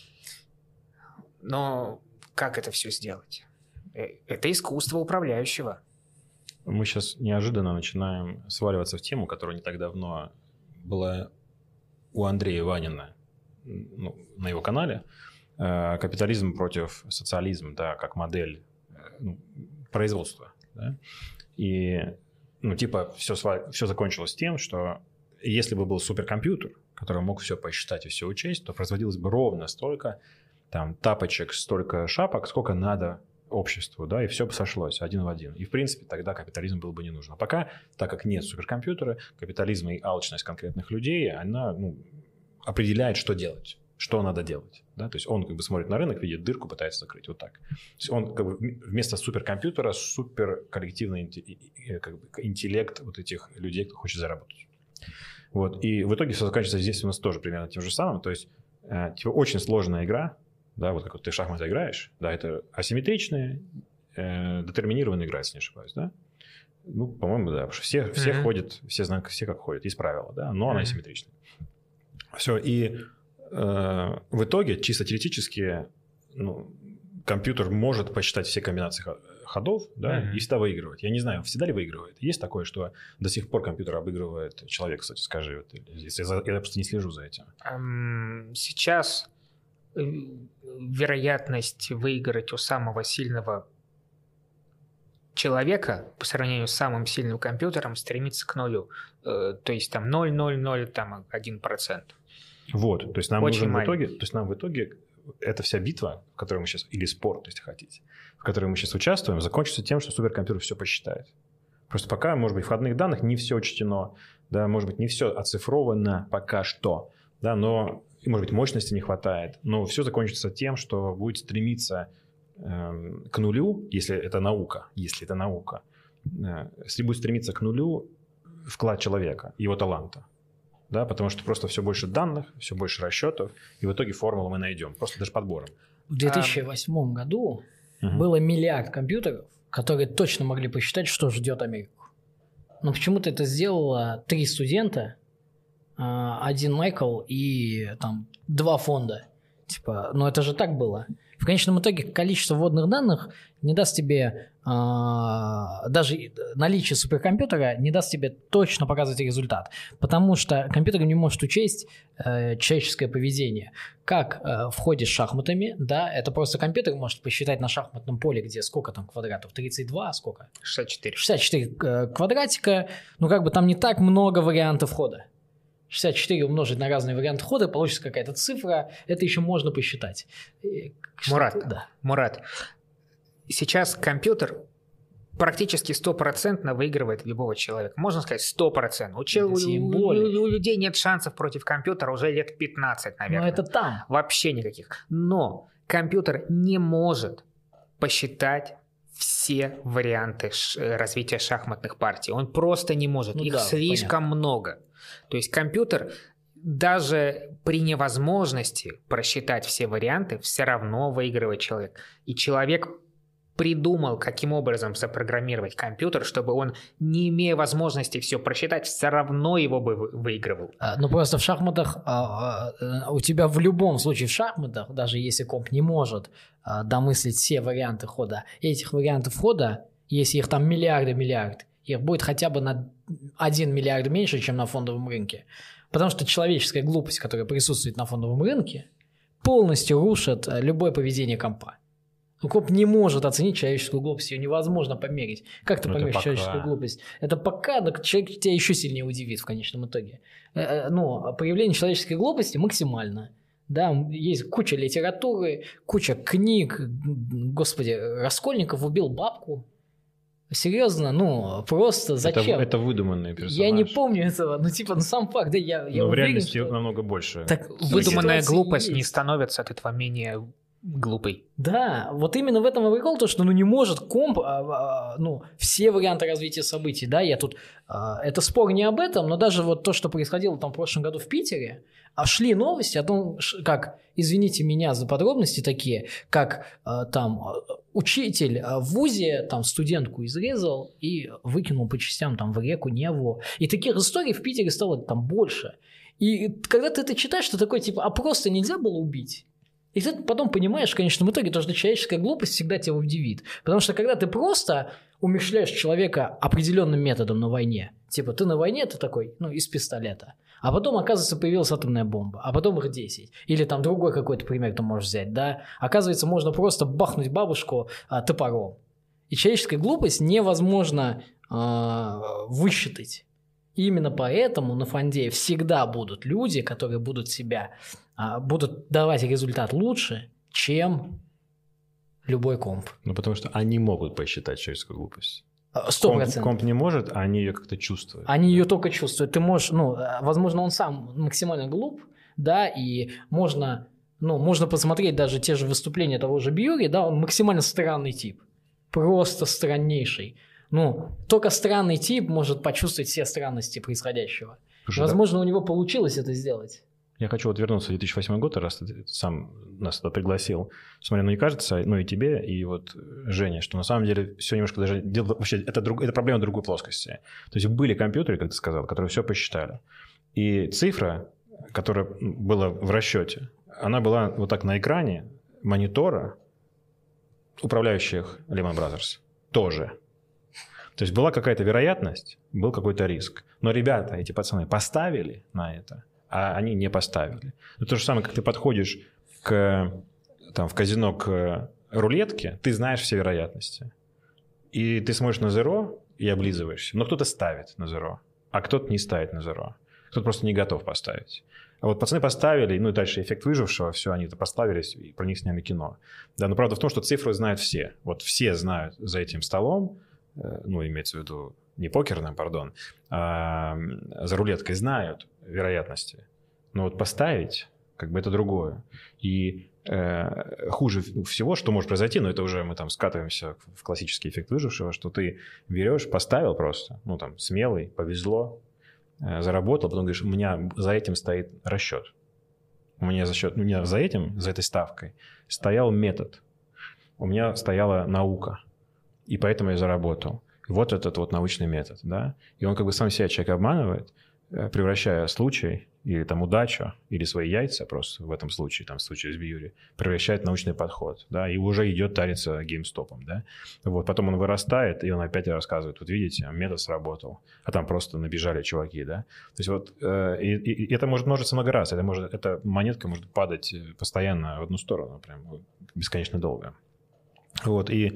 Но как это все сделать? Это искусство управляющего. Мы сейчас неожиданно начинаем сваливаться в тему, которая не так давно была у Андрея Ванина на его канале. Капитализм против социализма, да, как модель производства. Да? И все закончилось тем, что если бы был суперкомпьютер, который мог все посчитать и все учесть, то производилось бы ровно столько тапочек, столько шапок, сколько надо обществу, да, и все бы сошлось один в один. И, в принципе, тогда капитализм был бы не нужен. А пока, так как нет суперкомпьютера, капитализм и алчность конкретных людей, она определяет, что делать, что надо делать. Да? То есть он смотрит на рынок, видит дырку, пытается закрыть. Вот так. То есть он вместо суперкомпьютера суперколлективный интеллект вот этих людей, кто хочет заработать. Вот. И в итоге все заканчивается здесь у нас тоже примерно тем же самым. То есть очень сложная игра, да, вот как вот ты в шахматы играешь, да, это асимметричная, детерминированная игра, если не ошибаюсь, да? По-моему, да, потому что все ходят, все знают, все как ходят, есть правила, да, но она асимметричная. Все, и в итоге, чисто теоретически, компьютер может посчитать все комбинации ходов, да, и всегда выигрывать. Я не знаю, всегда ли выигрывает. Есть такое, что до сих пор компьютер обыгрывает человека, кстати, скажи, я просто не слежу за этим. Сейчас вероятность выиграть у самого сильного человека по сравнению с самым сильным компьютером стремится к нулю. То есть там 0,0001%. Вот, то есть нам в итоге эта вся битва, в которой мы сейчас, или спор, если хотите, в которой мы сейчас участвуем, закончится тем, что суперкомпьютер все посчитает. Просто пока, может быть, в входных данных не все учтено, да, может быть, не все оцифровано пока что, да, но, может быть, мощности не хватает, но все закончится тем, что будет стремиться к нулю, если это наука, если будет стремиться к нулю вклад человека, его таланта. Да, потому что просто все больше данных, все больше расчетов, и в итоге формулу мы найдем, просто даже подбором. В 2008 году было 1 миллиард компьютеров, которые точно могли посчитать, что ждет Америку. Но почему-то это сделало 3 студента, 1 Майкл и 2 фонда. Это же так было. В конечном итоге количество вводных данных не даст тебе, даже наличие суперкомпьютера не даст тебе точно показывать результат, потому что компьютер не может учесть человеческое поведение. Как в ходе с шахматами, да, это просто компьютер может посчитать на шахматном поле, где сколько там квадратов, 32, сколько? 64. 64 квадратика, там не так много вариантов хода. 64 умножить на разные варианты хода, получится какая-то цифра, это еще можно посчитать. Мурат, сейчас компьютер практически 100% выигрывает любого человека. Можно сказать 100%. У людей нет шансов против компьютера уже лет 15, наверное. Но это там. Вообще никаких. Но компьютер не может посчитать все варианты развития шахматных партий. Он просто не может. Их слишком много. То есть компьютер даже при невозможности просчитать все варианты все равно выигрывает человек. И человек придумал, каким образом запрограммировать компьютер, чтобы он, не имея возможности все просчитать, все равно его бы выигрывал. Просто в шахматах, у тебя в любом случае в шахматах, даже если комп не может домыслить все варианты хода, этих вариантов хода, если их там миллиарды, их будет хотя бы на 1 миллиард меньше, чем на фондовом рынке. Потому что человеческая глупость, которая присутствует на фондовом рынке, полностью рушит любое поведение компа. Комп не может оценить человеческую глупость, ее невозможно померить. Как ты померишь человеческую глупость? Это пока, но человек тебя еще сильнее удивит в конечном итоге. Проявление человеческой глупости максимально. Да, есть куча литературы, куча книг. Господи, Раскольников убил бабку. Серьезно, ну, просто зачем? Это выдуманный персонаж. Я не помню этого, сам факт, да, я уверен, в реальности что... намного больше. Так выдуманная глупость не становится от этого менее глупой. Да, вот именно в этом и прикол, то, что не может комп, все варианты развития событий, да, я тут, это спор не об этом, но даже вот то, что происходило там в прошлом году в Питере, шли новости о том, как, извините меня за подробности такие, как там учитель в вузе там студентку изрезал и выкинул по частям там в реку Неву. И таких историй в Питере стало там больше. И когда ты это читаешь, ты такой типа, а просто нельзя было убить? И ты потом понимаешь в конечном итоге, то, что человеческая глупость всегда тебя удивит. Потому что когда ты просто умерщвляешь человека определенным методом на войне, типа ты на войне, ты такой, из пистолета, а потом, оказывается, появилась атомная бомба, а потом их 10. Или там другой какой-то пример ты можешь взять, да. Оказывается, можно просто бахнуть бабушку топором. И человеческая глупость невозможно высчитать. И именно поэтому на фонде всегда будут люди, которые будут будут давать результат лучше, чем любой комп. Потому что они могут посчитать человеческую глупость. 100%. Комп не может, а они ее как-то чувствуют. Они ее только чувствуют. Ты можешь, возможно, он сам максимально глуп, да, и можно посмотреть даже те же выступления того же Бьюри, да, он максимально странный тип. Просто страннейший. Только странный тип может почувствовать все странности происходящего. Слушай, возможно, у него получилось это сделать. Я хочу вернуться в 2008 год, раз ты сам нас туда пригласил. Смотри, не кажется, и тебе, и вот Жене, что на самом деле все немножко даже... Вообще, это проблема другой плоскости. То есть были компьютеры, как ты сказал, которые все посчитали. И цифра, которая была в расчете, она была вот так на экране монитора управляющих Lehman Brothers тоже. То есть была какая-то вероятность, был какой-то риск. Но ребята, эти пацаны, поставили на это, а они не поставили. То же самое, как ты подходишь в казино к рулетке, ты знаешь все вероятности. И ты смотришь на зеро и облизываешься. Но кто-то ставит на зеро, а кто-то не ставит на зеро. Кто-то просто не готов поставить. А вот пацаны поставили, и дальше эффект выжившего, все, они поставились, и про них сняли кино. Да, но правда в том, что цифры знают все. Вот все знают за этим столом, имеется в виду не покерным, пардон, а за рулеткой знают вероятности. Но вот поставить, это другое. И хуже всего, что может произойти, но это уже мы скатываемся в классический эффект выжившего, что ты берешь, поставил просто, смелый, повезло, заработал, потом говоришь, у меня за этим стоит расчет. У меня за этой ставкой стоял метод. У меня стояла наука. И поэтому я заработал. Вот этот вот научный метод, да. И он сам себя человек обманывает, превращая случай или удачу, или свои яйца просто в этом случае, в случае с Бьюри, превращает в научный подход, да, и уже идет тариться геймстопом, да. Вот, потом он вырастает, и он опять рассказывает, вот видите, метод сработал, а там просто набежали чуваки, да. То есть вот, и это может множиться много раз, эта монетка может падать постоянно в одну сторону, прям бесконечно долго. Вот, и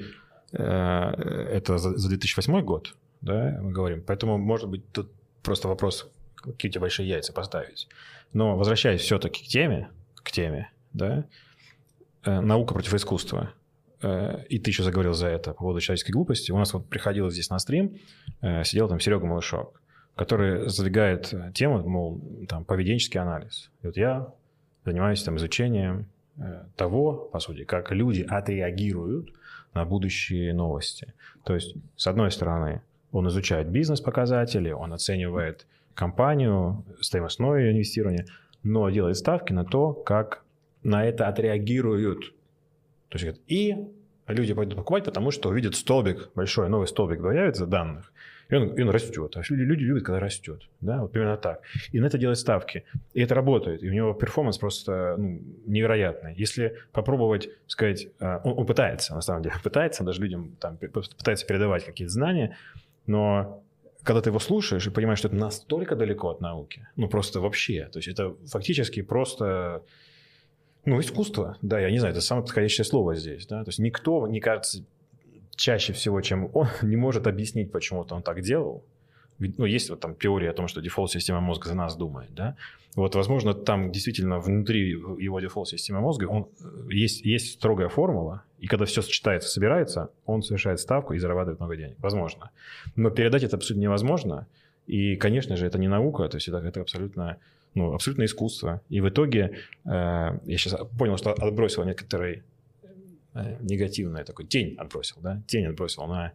это за 2008 год, да, мы говорим. Поэтому, может быть, тут просто вопрос, какие у тебя большие яйца поставить. Но возвращаясь все-таки к теме, да, наука против искусства. И ты еще заговорил за это по поводу человеческой глупости. У нас вот приходил здесь на стрим, сидел там Серега Малышок, который задвигает тему, мол, поведенческий анализ. И вот я занимаюсь изучением того, по сути, как люди отреагируют на будущие новости. То есть, с одной стороны, он изучает бизнес-показатели, он оценивает компанию, стоимостное инвестирование, но делает ставки на то, как на это отреагируют. То есть, и люди пойдут покупать, потому что увидят столбик, большой новый столбик появится данных, и он растет. А люди любят, когда растет. Да? Вот примерно так. И на это делают ставки. И это работает. И у него перформанс просто невероятный. Если попробовать сказать... Он пытается, на самом деле. Пытается, даже людям пытается передавать какие-то знания. Но когда ты его слушаешь и понимаешь, что это настолько далеко от науки, просто вообще. То есть это фактически просто... искусство. Да, я не знаю, это самое подходящее слово здесь. Да? То есть никто, мне кажется... чаще всего, чем он, не может объяснить, почему-то он так делал. Ну, есть вот там теория о том, что дефолт-система мозга за нас думает, да? Вот, возможно, там действительно внутри его дефолт-системы мозга есть строгая формула, и когда все сочетается, собирается, он совершает ставку и зарабатывает много денег. Возможно. Но передать это абсолютно невозможно. И, конечно же, это не наука, то есть это абсолютно искусство. И в итоге я сейчас понял, что отбросил некоторый негативный такой тень отбросил на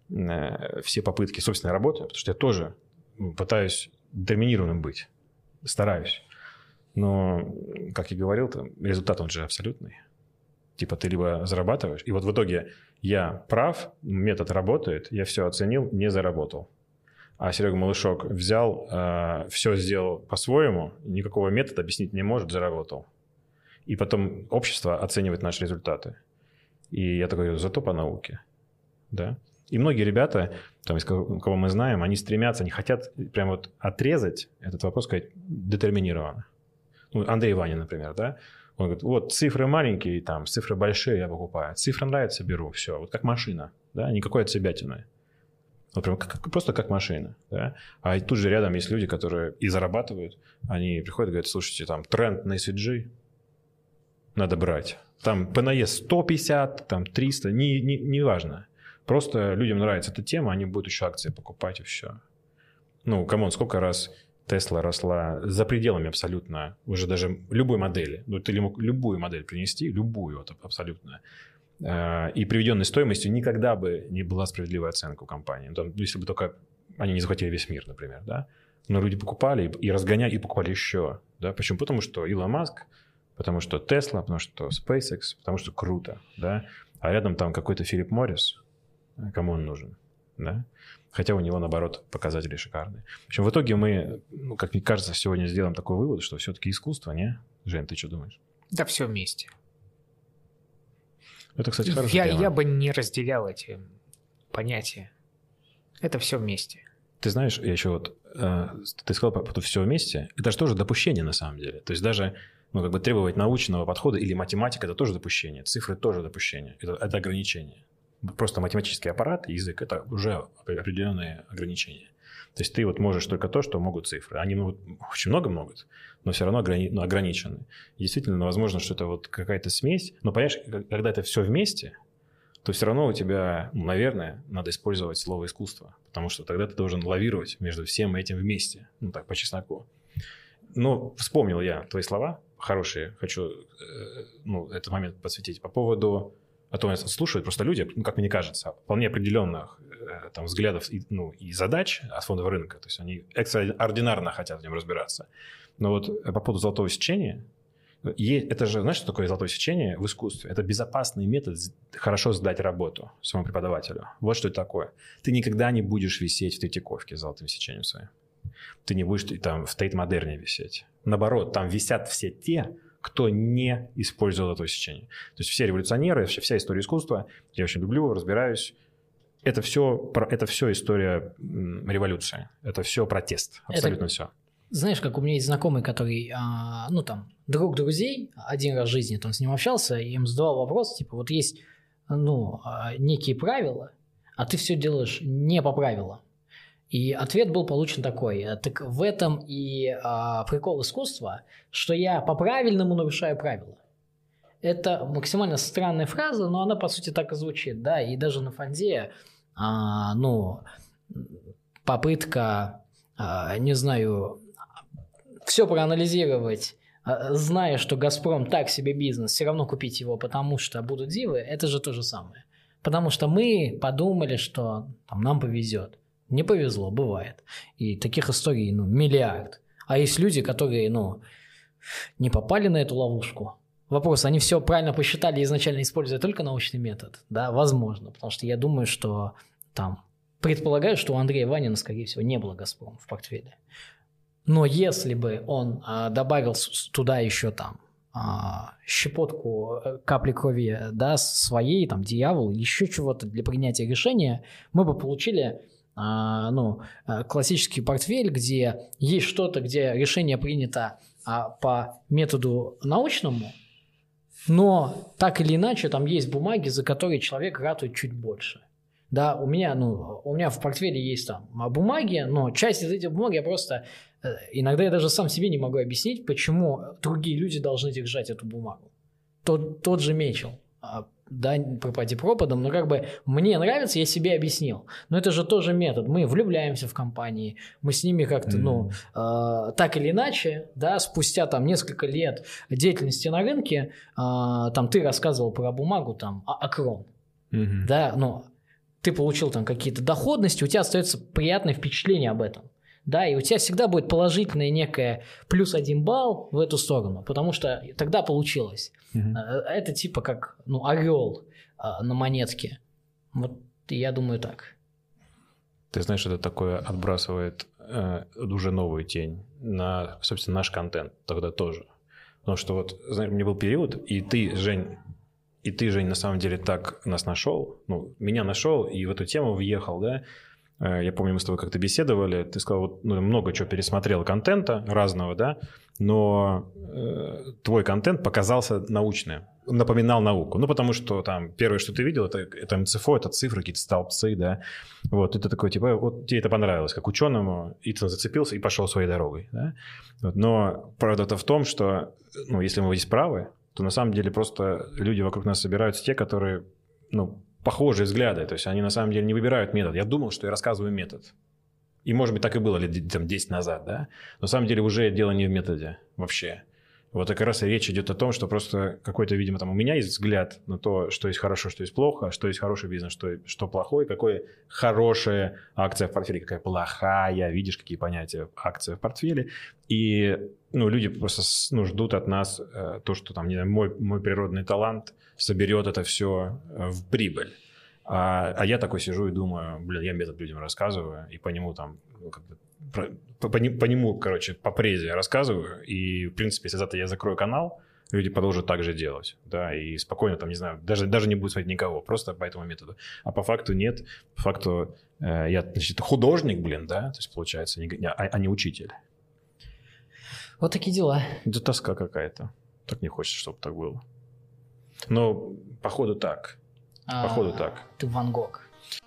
все попытки собственной работы, потому что я тоже пытаюсь детерминированным быть, стараюсь. Но, как я говорил, результат он же абсолютный. Типа ты либо зарабатываешь, и вот в итоге я прав, метод работает, я все оценил, не заработал. А Серега Малышок взял, все сделал по-своему, никакого метода объяснить не может, заработал. И потом общество оценивает наши результаты. И я такой, зато по науке. Да? И многие ребята, там, кого мы знаем, они стремятся, они хотят прям вот отрезать этот вопрос, сказать, детерминированно. Ну, Андрей Ванин, например, да? Он говорит, вот цифры маленькие, там, цифры большие я покупаю. Цифры нравятся, беру, все. Вот как машина, да, никакой отсебятины. Вот прям просто как машина, да. А тут же рядом есть люди, которые и зарабатывают. Они приходят и говорят, слушайте, там, тренд на ESG надо брать. Там PNE 150, там 300, не важно. Просто людям нравится эта тема, они будут еще акции покупать и все. Ну, камон, сколько раз Тесла росла за пределами абсолютно уже даже любой модели. Ну, ты мог любую модель принести, любую вот, абсолютно. И приведенной стоимостью никогда бы не была справедливая оценка у компании. Там, если бы только они не захватили весь мир, например, да. Но люди покупали и разгоняли, и покупали еще. Да? Почему? Потому что Илон Маск, потому что Тесла, потому что SpaceX, потому что круто, да. А рядом там какой-то Филипп Моррис, кому он нужен, да? Хотя у него, наоборот, показатели шикарные. В общем, в итоге мы, ну, как мне кажется, сегодня сделаем такой вывод, что все-таки искусство, не? Жень, ты что думаешь? Да все вместе. Это, кстати, хорошая тема. Я бы не разделял эти понятия. Это все вместе. Ты знаешь, я еще вот... ты сказал по поводу «все вместе». Это же тоже допущение на самом деле. То есть даже как бы требовать научного подхода или математика – это тоже допущение. Цифры – тоже допущение. Это ограничение. Просто математический аппарат, язык – это уже определенные ограничения. То есть ты вот можешь только то, что могут цифры. Они очень много могут, но все равно ограничены. И действительно, возможно, что это вот какая-то смесь. Но понимаешь, когда это все вместе, то все равно у тебя, наверное, надо использовать слово «искусство». Потому что тогда ты должен лавировать между всем этим вместе. Ну так, по чесноку. Но вспомнил я твои слова хорошие. Хочу этот момент подсветить по поводу... А то нас слушают просто люди, ну, как мне кажется, вполне определенных там, взглядов и задач от фондового рынка. То есть они экстраординарно хотят в нем разбираться. Но вот по поводу золотого сечения, это же, знаешь, что такое золотое сечение в искусстве? Это безопасный метод хорошо сдать работу своему преподавателю. Вот что это такое. Ты никогда не будешь висеть в Третьяковке с золотым сечением своим. Ты не будешь там в Тейт-Модерне висеть. Наоборот, там висят все те, кто не использовал это сечение. То есть все революционеры, вся история искусства, я очень люблю, разбираюсь, это все история революции, это все протест, абсолютно все. Знаешь, как у меня есть знакомый, который, друг друзей, один раз в жизни там с ним общался, и им задавал вопрос, типа, вот есть, некие правила, а ты все делаешь не по правилам. И ответ был получен такой. Так в этом и прикол искусства, что я по-правильному нарушаю правила. Это максимально странная фраза, но она по сути так и звучит. Да? И даже на фонде попытка, все проанализировать, зная, что «Газпром» так себе бизнес, все равно купить его, потому что будут дивы, это же то же самое. Потому что мы подумали, что там, нам повезет. Не повезло, бывает. И таких историй, миллиард. А есть люди, которые, не попали на эту ловушку. Вопрос, они все правильно посчитали, изначально используя только научный метод? Да, возможно. Потому что я думаю, что там... Предполагаю, что у Андрея Ванина, скорее всего, не было «Газпрома» в портфеле. Но если бы он добавил туда еще там щепотку капли крови, да, своей, там, дьявол, еще чего-то для принятия решения, мы бы получили... классический портфель, где есть что-то, где решение принято по методу научному, но так или иначе там есть бумаги, за которые человек ратует чуть больше. Да, у меня в портфеле есть там бумаги, но часть из этих бумаг я просто... Иногда я даже сам себе не могу объяснить, почему другие люди должны держать эту бумагу. Тот же Мечел. Да, пропади пропадом, но как бы мне нравится, я себе объяснил. Но это же тоже метод. Мы влюбляемся в компании, мы с ними как-то, так или иначе, да, спустя там несколько лет деятельности на рынке, там ты рассказывал про бумагу, там, Акрон, да, ты получил там какие-то доходности, у тебя остается приятное впечатление об этом. Да, и у тебя всегда будет положительное некое +1 балл в эту сторону, потому что тогда получилось. Это типа как орел на монетке. Вот я думаю так. Ты знаешь, это такое отбрасывает уже новую тень на, собственно, наш контент тогда тоже. Потому что вот, знаешь, у меня был период, и ты, Жень, на самом деле так нас нашел, меня нашел и в эту тему въехал, да. Я помню, мы с тобой как-то беседовали, ты сказал, много чего пересмотрел контента разного, да, но твой контент показался научным, напоминал науку. Потому что там первое, что ты видел, это МЦФО, это цифры, какие-то столбцы, да. Вот, это такой, типа, вот тебе это понравилось, как ученому, и ты зацепился и пошел своей дорогой, да. Вот, но правда-то в том, что, если мы здесь правы, то на самом деле просто люди вокруг нас собираются те, которые, похожие взгляды, то есть они на самом деле не выбирают метод. Я думал, что я рассказываю метод. И, может быть, так и было лет 10 назад, да? Но на самом деле уже дело не в методе вообще. Вот как раз и речь идет о том, что просто какой-то, видимо, там у меня есть взгляд на то, что есть хорошо, что есть плохо, что есть хороший бизнес, что плохой, какая хорошая акция в портфеле, какая плохая, видишь, какие понятия акция в портфеле. И люди просто ждут от нас то, что там, не знаю, мой природный талант соберет это все в прибыль. А я такой сижу и думаю, я метод людям рассказываю, и по нему там, по нему, по презе рассказываю, и, в принципе, если завтра я закрою канал, люди продолжат так же делать, да, и спокойно там, не знаю, даже не будет смотреть никого, просто по этому методу. А по факту нет, по факту я, значит, художник, да, то есть получается, а не учитель. Вот такие дела. Это тоска какая-то. Так не хочется, чтобы так было. Но походу так. Походу так. Ты Ван Гог.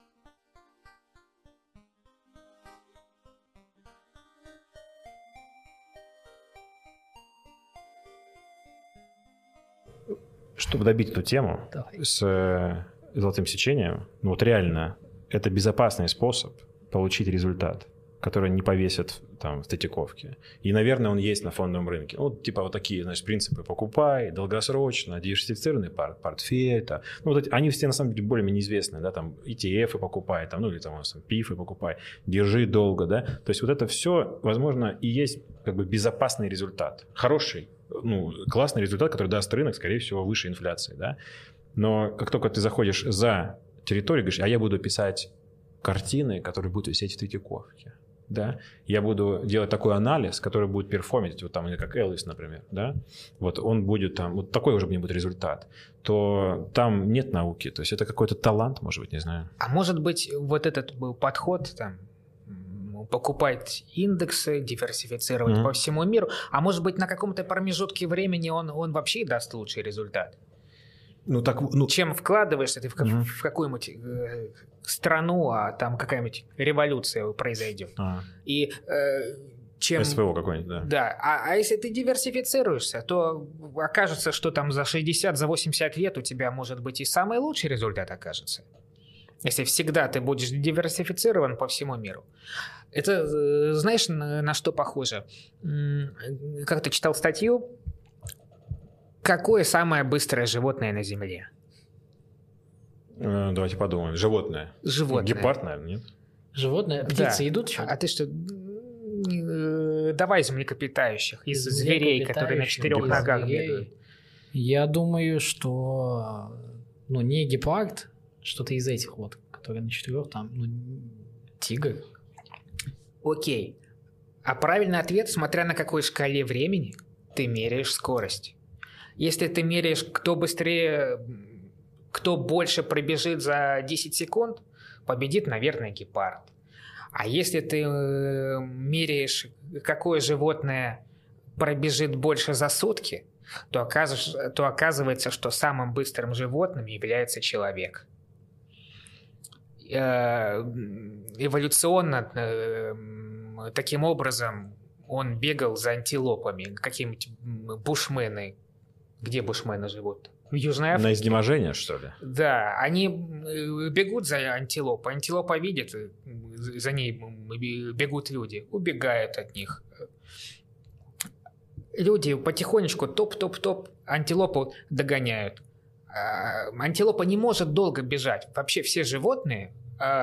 Чтобы добить эту тему с золотым сечением, реально, это безопасный способ получить результат, который не повесят там в статиковке. И, наверное, он есть на фондовом рынке. Вот такие, значит, принципы: покупай, долгосрочно, диверсифицированный портфель. Они все, на самом деле, более-менее известны, да, там, ETF покупай, там, или там, PIF покупай, держи долго, да. То есть вот это все, возможно, и есть как бы безопасный результат. Хороший, классный результат, который даст рынок, скорее всего, выше инфляции, да. Но как только ты заходишь за территорию, говоришь, а я буду писать картины, которые будут висеть в третьяковке. Да, я буду делать такой анализ, который будет перформить, вот там, как Элвис, например, да, вот он будет там, вот такой уже будет результат, то там нет науки, то есть это какой-то талант, может быть, не знаю. А может быть, вот этот был подход, там, покупать индексы, диверсифицировать по всему миру, а может быть, на каком-то промежутке времени он вообще даст лучший результат? Чем вкладываешься ты в какую-нибудь страну, а там какая-нибудь революция произойдет. И чем... СВО какой-нибудь, да. Да, а если ты диверсифицируешься, то окажется, что там за 60, за 80 лет у тебя, может быть, и самый лучший результат окажется. Если всегда ты будешь диверсифицирован по всему миру. Это, знаешь, на что похоже? Как ты читал статью? Какое самое быстрое животное на Земле? Давайте подумаем. Животное. Гепард, наверное, нет? Животное? Птицы идут? А ты что? Давай из млекопитающих, из зверей, которые на 4 ногах бегают. Я думаю, что не гепард, что-то из этих вот, которые на 4, там, тигр. Окей. А правильный ответ, смотря на какой шкале времени ты меряешь скорость. Если ты меряешь, кто быстрее, кто больше пробежит за 10 секунд, победит, наверное, гепард. А если ты меряешь, какое животное пробежит больше за сутки, то оказывается, что самым быстрым животным является человек. эволюционно таким образом он бегал за антилопами, какие-нибудь бушмены. Где бушмены живут? В Южной Африке. На изнеможение, что ли? Да, они бегут за антилопой. Антилопа видит, за ней бегут люди, убегают от них. Люди потихонечку топ-топ-топ антилопу догоняют. Антилопа не может долго бежать. Вообще все животные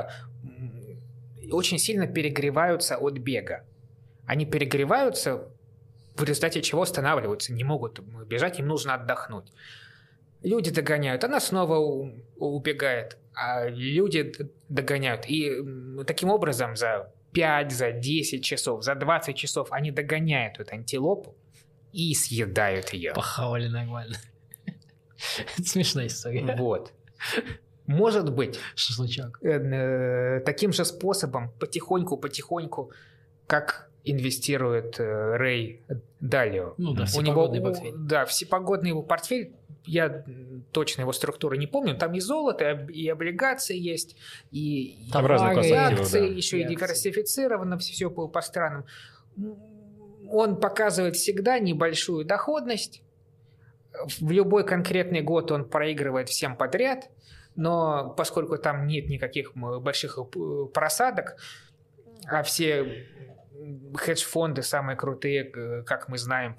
очень сильно перегреваются от бега. Они перегреваются, в результате чего останавливаются, не могут бежать, им нужно отдохнуть. Люди догоняют, она снова убегает, а люди догоняют. И таким образом за 5, за 10 часов, за 20 часов они догоняют эту антилопу и съедают ее. Похавали нормально. Это смешная история. Вот. Может быть, шашлычок. Таким же способом, потихоньку, как инвестирует Рэй Далио. Ну да, всепогодный портфель. Да, всепогодный его портфель, я точно его структуру не помню, там и золото, и облигации есть, и там разные классы акции, еще и диверсифицировано все по странам. Он показывает всегда небольшую доходность. В любой конкретный год он проигрывает всем подряд, но поскольку там нет никаких больших просадок, а все хедж-фонды самые крутые, как мы знаем,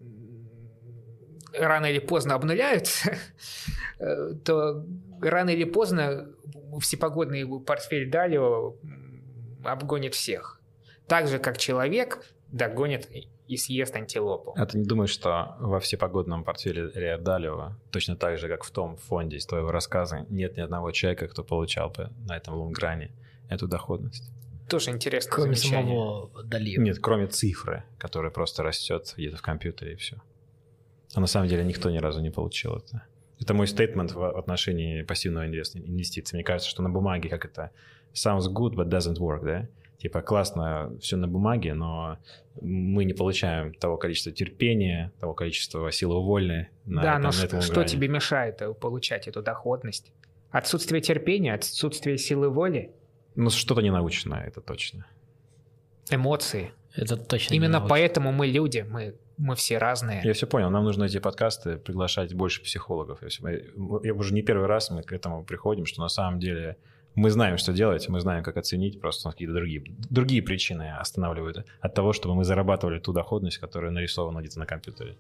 рано или поздно обнуляются, то рано или поздно всепогодный портфель Далио обгонит всех. Так же, как человек догонит и съест антилопу. А ты не думаешь, что во всепогодном портфеле Рэя Далио, точно так же, как в том фонде из твоего рассказа, нет ни одного человека, кто получал бы на этом лонгране эту доходность? Тоже интересно. Кроме самого Далио. Нет, кроме цифры, которая просто растет где-то в компьютере и все. А на самом деле никто ни разу не получил это. Это мой стейтмент в отношении пассивного инвестиции. Мне кажется, что на бумаге как это sounds good, but doesn't work, да? Типа классно все на бумаге, но мы не получаем того количества терпения, того количества силы воли. Да, но что тебе мешает получать эту доходность? Отсутствие терпения, отсутствие силы воли? Ну, что-то ненаучное, это точно. Эмоции. Это точно. Именно поэтому мы люди, мы все разные. Я все понял, нам нужно эти подкасты приглашать больше психологов. Я уже не первый раз мы к этому приходим, что на самом деле мы знаем, что делать, мы знаем, как оценить, просто какие-то другие причины останавливают от того, чтобы мы зарабатывали ту доходность, которая нарисована где-то на компьютере.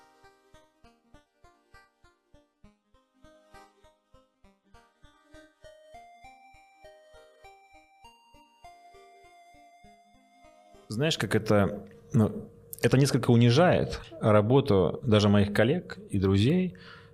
Знаешь, как это... это несколько унижает работу даже моих коллег и друзей.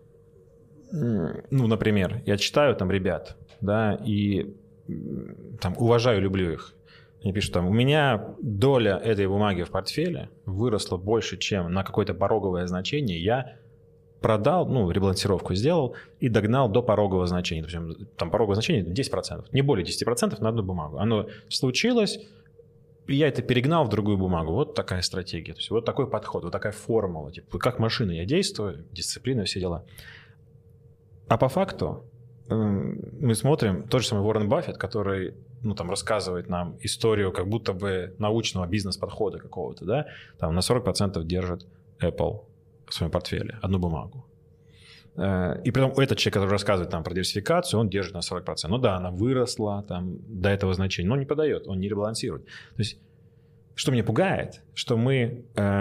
Например, я читаю там ребят, да, и там уважаю, люблю их. Они пишут там: у меня доля этой бумаги в портфеле выросла больше, чем на какое-то пороговое значение. Я продал, ребалансировку сделал и догнал до порогового значения. Допустим, там пороговое значение 10%, не более 10% на одну бумагу. Оно случилось, и я это перегнал в другую бумагу. Вот такая стратегия. То есть вот такой подход, вот такая формула. Типа, как машина я действую, дисциплина, все дела. А по факту мы смотрим тот же самый Уоррен Баффет, который рассказывает нам историю как будто бы научного бизнес-подхода какого-то, да? Там на 40% держит Apple в своем портфеле, одну бумагу. И при этом этот человек, который рассказывает нам про диверсификацию, он держит на 40%. Ну да, она выросла там до этого значения, но не продает, он не ребалансирует. То есть, что меня пугает, что мы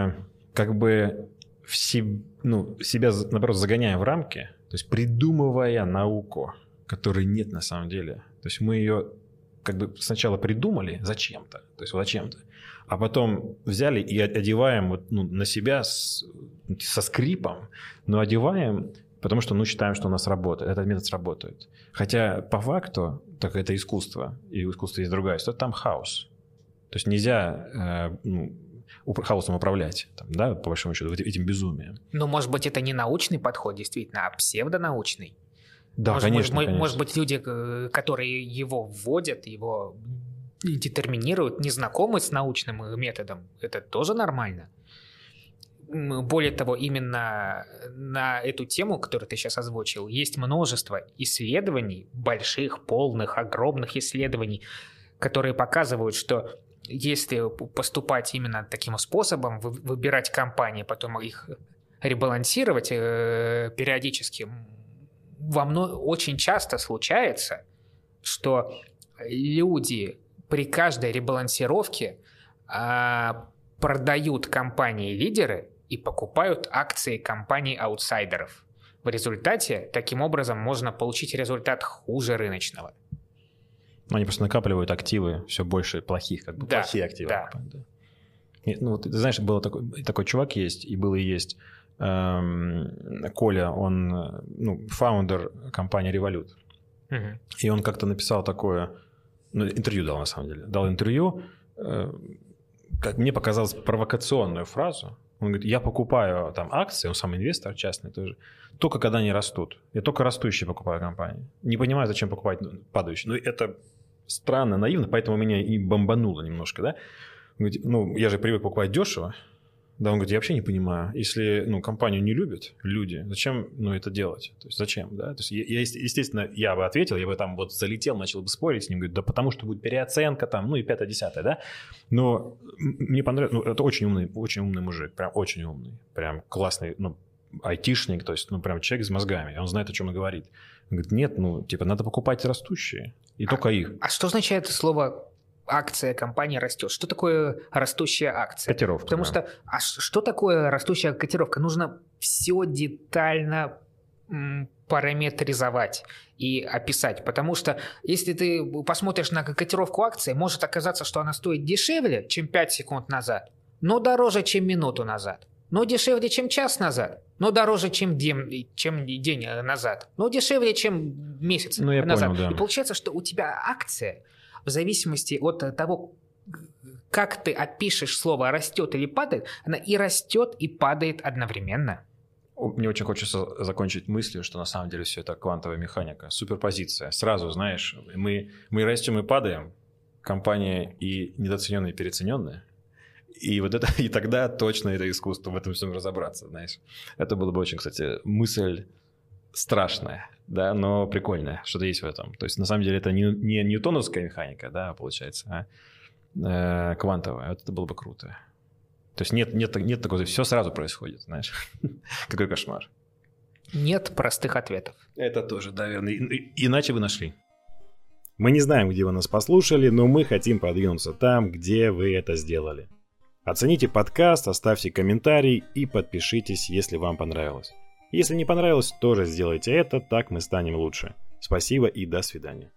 себя, наоборот, загоняем в рамки, то есть придумывая науку, которой нет на самом деле. То есть мы ее сначала придумали зачем-то, а потом взяли и одеваем на себя со скрипом, но одеваем, потому что считаем, что у нас работает, этот метод сработает. Хотя по факту так это искусство, и у искусства есть другая история, там хаос. То есть нельзя хаосом управлять, по большому счету, этим безумием. Может быть, это не научный подход, действительно, а псевдонаучный. Да, конечно. Может быть, люди, которые его вводят, его детерминируют, не знакомы с научным методом. Это тоже нормально. более того, именно на эту тему, которую ты сейчас озвучил, есть множество исследований, больших, полных, огромных исследований, которые показывают, что если поступать именно таким способом, выбирать компании, потом их ребалансировать периодически, очень часто случается, что люди при каждой ребалансировке продают компании-лидеры и покупают акции компаний-аутсайдеров. В результате, таким образом, можно получить результат хуже рыночного. Они просто накапливают активы все больше плохих, как бы да, плохие активы. Да. Ну, вот, ты знаешь, был такой чувак есть, и был и есть Коля, он фаундер компании Revolut. Угу. И он как-то написал такое, интервью дал на самом деле. Дал интервью, как мне показалось, провокационную фразу. Он говорит, я покупаю там акции, он сам инвестор частный тоже, только когда они растут. Я только растущие покупаю компании. Не понимаю, зачем покупать падающие. Но это странно, наивно, поэтому меня и бомбануло немножко, да. Он говорит, я же привык покупать дешево. Да, он говорит, я вообще не понимаю, если компанию не любят люди, зачем это делать? То есть зачем, да? То есть естественно, я бы ответил, я бы там вот залетел, начал бы спорить с ним, говорит, да потому что будет переоценка там, и 5-10, да? Но мне понравилось, это очень умный мужик, прям очень умный, прям классный, айтишник, то есть, прям человек с мозгами, он знает, о чем он говорит. Он говорит, нет, надо покупать растущие, и только их. А что означает слово акция компании растет? Что такое растущая акция? Котировка. Потому что, что такое растущая котировка? Нужно все детально параметризовать и описать. Потому что если ты посмотришь на котировку акции, может оказаться, что она стоит дешевле, чем 5 секунд назад, но дороже, чем минуту назад. Но дешевле, чем час назад, но дороже, чем день назад, но дешевле, чем месяц назад. Понял, да. И получается, что у тебя акция, в зависимости от того, как ты опишешь слово «растет» или «падает», она и растет, и падает одновременно. Мне очень хочется закончить мыслью, что на самом деле все это квантовая механика, суперпозиция. Сразу, знаешь, мы растем и падаем, компания и недооцененные, и переоцененные. И вот это, и тогда точно это искусство в этом всем разобраться, знаешь. Это было бы очень, кстати, мысль страшная, да, но прикольная, что-то есть в этом. То есть, на самом деле, это не ньютоновская механика, да, получается, а квантовая. Вот это было бы круто. То есть нет такого, все сразу происходит, знаешь. Какой кошмар. Нет простых ответов. Это тоже, да, верно. Иначе вы нашли. Мы не знаем, где вы нас послушали, но мы хотим продвинуться там, где вы это сделали. Оцените подкаст, оставьте комментарий и подпишитесь, если вам понравилось. Если не понравилось, тоже сделайте это, так мы станем лучше. Спасибо и до свидания.